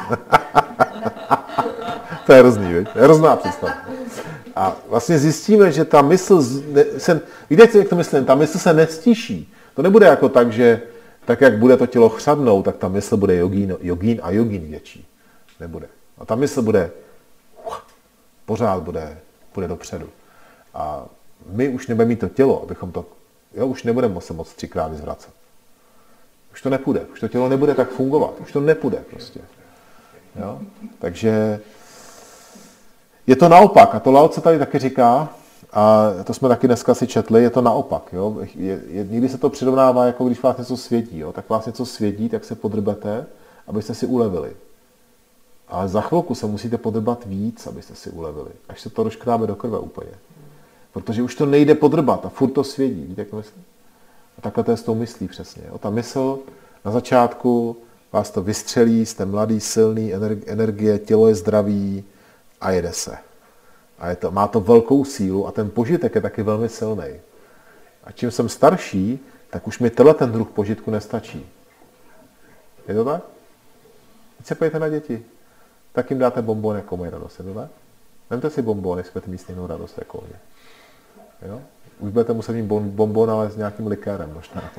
To je hrozný, viď? To je hrozná představa. A vlastně zjistíme, že ta mysl, se, víte, jak to myslím, ta mysl se nestíší. To nebude jako tak, že tak, jak bude to tělo chřadnout, tak ta mysl bude jogín, jogín a jogín větší. Nebude. A ta mysl bude, pořád bude, bude dopředu. A my už nebudeme mít to tělo, abychom to, jo, už nebudeme se moc třikrát vyzvracet. Už to nepůjde, už to tělo nebude tak fungovat, už to nepůjde prostě. Jo? Takže je to naopak, a to Lao Tse tady taky říká, a to jsme taky dneska si četli, je to naopak. Jo? Je, je, někdy se to přirovnává, jako když vás něco svědí. Jo? Tak vás něco svědí, tak se podrbete, abyste si ulevili. Ale za chvilku se musíte podrbat víc, abyste si ulevili. Až se to rozkrábe do krve úplně. Protože už to nejde podrbat a furt to svědí. Víte, jak to myslím? A takhle to je s tou myslí přesně. Jo? Ta mysl na začátku vás to vystřelí, jste mladý, silný, energie, tělo je zdravý a jede se. A je to, má to velkou sílu a ten požitek je taky velmi silný. A čím jsem starší, tak už mi tenhle ten druh požitku nestačí. Je to tak? Teď se pojďte na děti. Tak jim dáte bonbon, jako mají radost. Je to tak? Vemte si bonbon, jestli budete mít stejnou radost jako oni. Jo? Už budete muset mít bonbon, ale s nějakým likérem možná.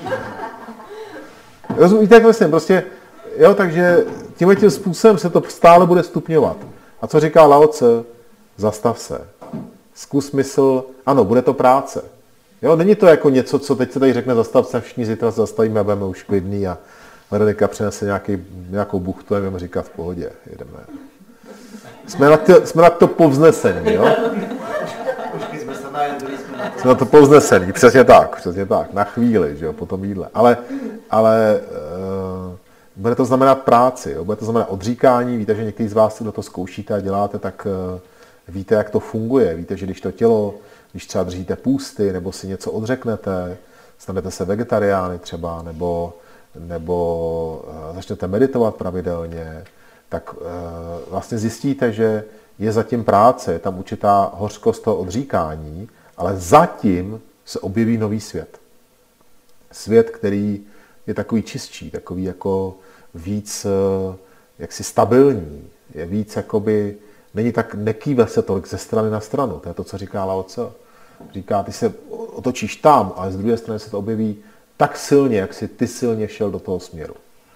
Rozumíte, jak myslím? Prostě, jo, takže tímhle tím způsobem se to stále bude stupňovat. A co říká Lao Tse? Zastav se. Zkus mysl, ano, bude to práce. Jo, není to jako něco, co teď se tady řekne zastav se, všichni zítra se zastavíme a budeme už klidný a Veronika přinese nějaký, nějakou buchtu a budeme říkat v pohodě, jedeme. Jsme na to, jsme na to povznesení, jo? Jsme na to povznesení, přesně tak, přesně tak, na chvíli, že jo, po tom jídle. Ale, ale uh, bude to znamenat práci, jo? Bude to znamenat odříkání, víte, že někteří z vás do toho zkoušíte a děláte, tak uh, víte, jak to funguje, víte, že když to tělo, když třeba držíte půsty, nebo si něco odřeknete, stanete se vegetariány třeba, nebo, nebo uh, začnete meditovat pravidelně, tak uh, vlastně zjistíte, že je zatím práce, je tam určitá hořkost toho odříkání, ale zatím se objeví nový svět. Svět, který je takový čistší, takový jako víc jaksi stabilní, je víc jakoby, není tak, nekýve se tolik ze strany na stranu, to je to, co říká Lao Tse. Říká, ty se otočíš tam, ale z druhé strany se to objeví tak silně, jak si ty silně šel do toho směru.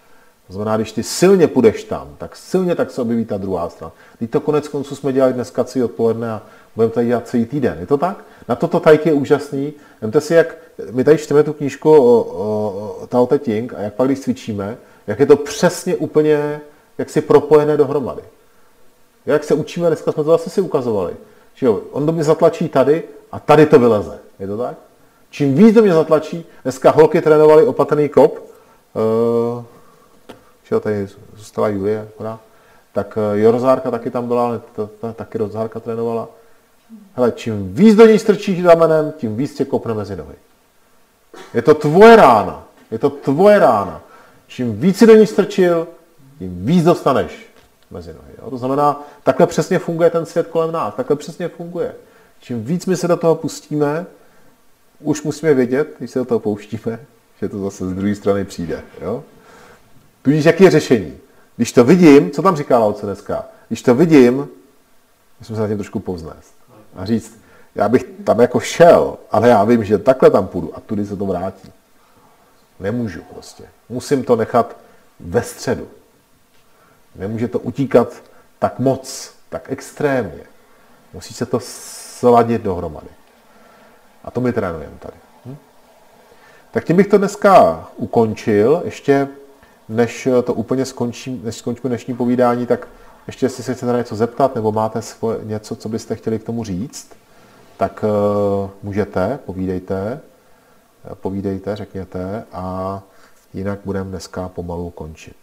To znamená, když ty silně půjdeš tam, tak silně tak se objeví ta druhá strana. Teď to konec konců jsme dělali dneska celý odpoledne a budeme tady dělat celý týden. Je to tak? Na toto tajky je úžasný. Vemte si, jak my tady čteme tu knížku o, o, o Tao Te Ching a jak pak, když cvičíme, jak je to přesně úplně, jak si propojené dohromady. Jak se učíme, dneska jsme to zase si ukazovali. Že jo, on do mě zatlačí tady a tady to vyleze. Je to tak? Čím víc do mě zatlačí, dneska holky trénovaly opatrný kop, uh, že jo, tady zůstala Julie, voda, tak uh, jo, Rozárka taky tam byla, ale ta, ta, taky Rozárka trénovala. Hele, čím víc do něj strčíš ramenem, tím víc tě kopne mezi nohy. Je to tvoje rána. Je to tvoje rána. Čím víc si do ní strčil, tím víc dostaneš mezi nohy. Jo? To znamená, takhle přesně funguje ten svět kolem nás. Takhle přesně funguje. Čím víc my se do toho pustíme, už musíme vědět, když se do toho pouštíme, že to zase z druhé strany přijde. Jo? Tudíž, jaký je řešení? Když to vidím, co tam říká Lao Tse dneska? Když to vidím, musím se na tím trošku povznést. A říct, já bych tam jako šel, ale já vím, že takhle tam půjdu a tudy se to vrátí. Nemůžu prostě. Musím to nechat ve středu. Nemůže to utíkat tak moc, tak extrémně. Musí se to sladit dohromady. A to my trénujeme tady. Hm? Tak tím bych to dneska ukončil. Ještě než to úplně skončím, než skončíme dnešní povídání, tak ještě jestli se chcete něco zeptat, nebo máte svoje, něco, co byste chtěli k tomu říct, tak uh, můžete, povídejte, povídejte, řekněte a jinak budeme dneska pomalu končit.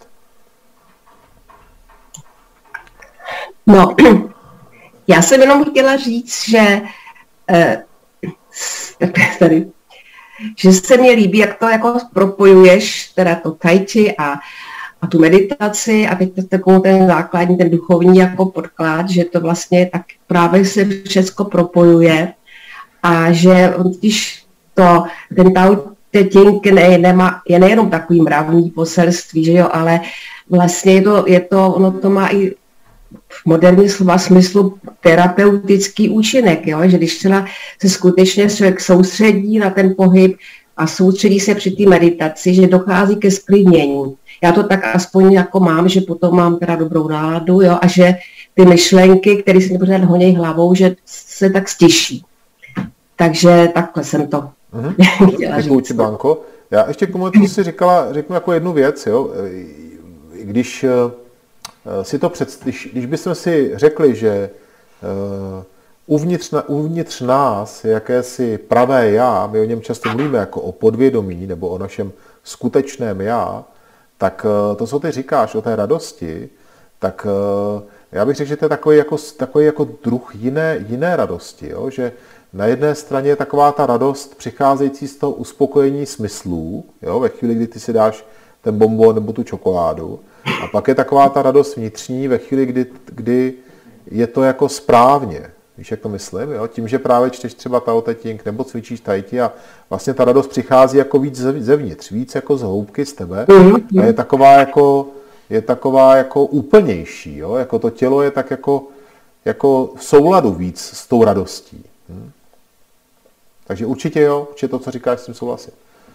No, já jsem jenom chtěla říct, že eh, tady, že se mi líbí, jak to jako propojuješ, teda to tai chi a, a tu meditaci a teď takovou ten základní, ten duchovní jako podklad, že to vlastně tak právě se všechno propojuje a že když to, ten Tao Te Ching ne, nemá, je nejenom takový mravní poselství, že jo, ale vlastně je to, je to, ono to má i v moderní slova smyslu terapeutický účinek, jo? Že když třeba se skutečně člověk soustředí na ten pohyb a soustředí se při té meditaci, že dochází ke sklidnění. Já to tak aspoň jako mám, že potom mám teda dobrou náladu, jo? A že ty myšlenky, které se mi pořád honějí hlavou, že se tak stiší. Takže takhle jsem to mm-hmm. chtěla říct.
Děkuji, Blanko. Já ještě k tomu, co jsi říkala, řeknu jako jednu věc, jo? Když si to před, když, když bychom si řekli, že uh, uvnitř, na, uvnitř nás je jakési pravé já, my o něm často mluvíme jako o podvědomí nebo o našem skutečném já, tak uh, to, co ty říkáš o té radosti, tak uh, já bych řekl, že to je takový jako, takový jako druh jiné, jiné radosti, jo? Že na jedné straně je taková ta radost přicházející z toho uspokojení smyslů, jo? Ve chvíli, kdy ty si dáš ten bonbon nebo tu čokoládu, a pak je taková ta radost vnitřní ve chvíli, kdy, kdy je to jako správně. Víš, jak to myslím? Jo? Tím, že právě čteš třeba Tao Te Ching nebo cvičíš tai chi a vlastně ta radost přichází jako víc zevnitř, víc jako z hloubky z tebe a je taková jako, je taková jako úplnější. Jo? Jako to tělo je tak jako, jako v souladu víc s tou radostí. Hm? Takže určitě jo, určitě to, co říkáš, s tím souhlasím.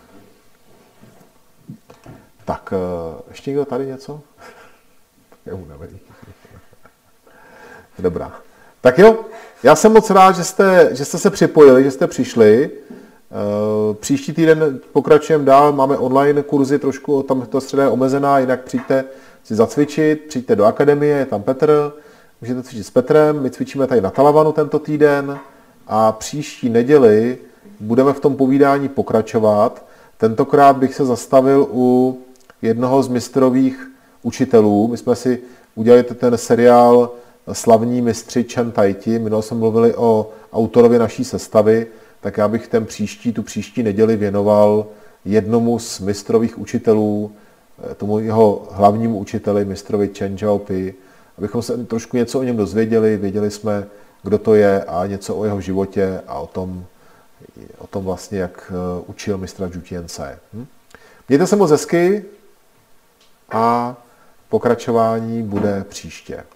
Tak, ještě někdo tady něco? Je unavený. Dobrá. Tak jo, já jsem moc rád, že jste, že jste se připojili, že jste přišli. Příští týden pokračujeme dál, máme online kurzy, trošku tam ta středa je omezená, jinak přijďte si zacvičit, přijďte do akademie, je tam Petr, můžete cvičit s Petrem, my cvičíme tady na Talavanu tento týden a příští neděli budeme v tom povídání pokračovat. Tentokrát bych se zastavil u jednoho z mistrových učitelů. My jsme si udělali ten seriál Slavní mistři Chen Tai Chi. Minule jsme mluvili o autorovi naší sestavy, tak já bych ten příští, tu příští neděli věnoval jednomu z mistrových učitelů, tomu jeho hlavnímu učiteli, mistrovi Chen Zhaopi, abychom se trošku něco o něm dozvěděli, věděli jsme, kdo to je a něco o jeho životě a o tom, o tom vlastně, jak učil mistra Zhu Tianze. Hm? Mějte se moc hezky a pokračování bude příště.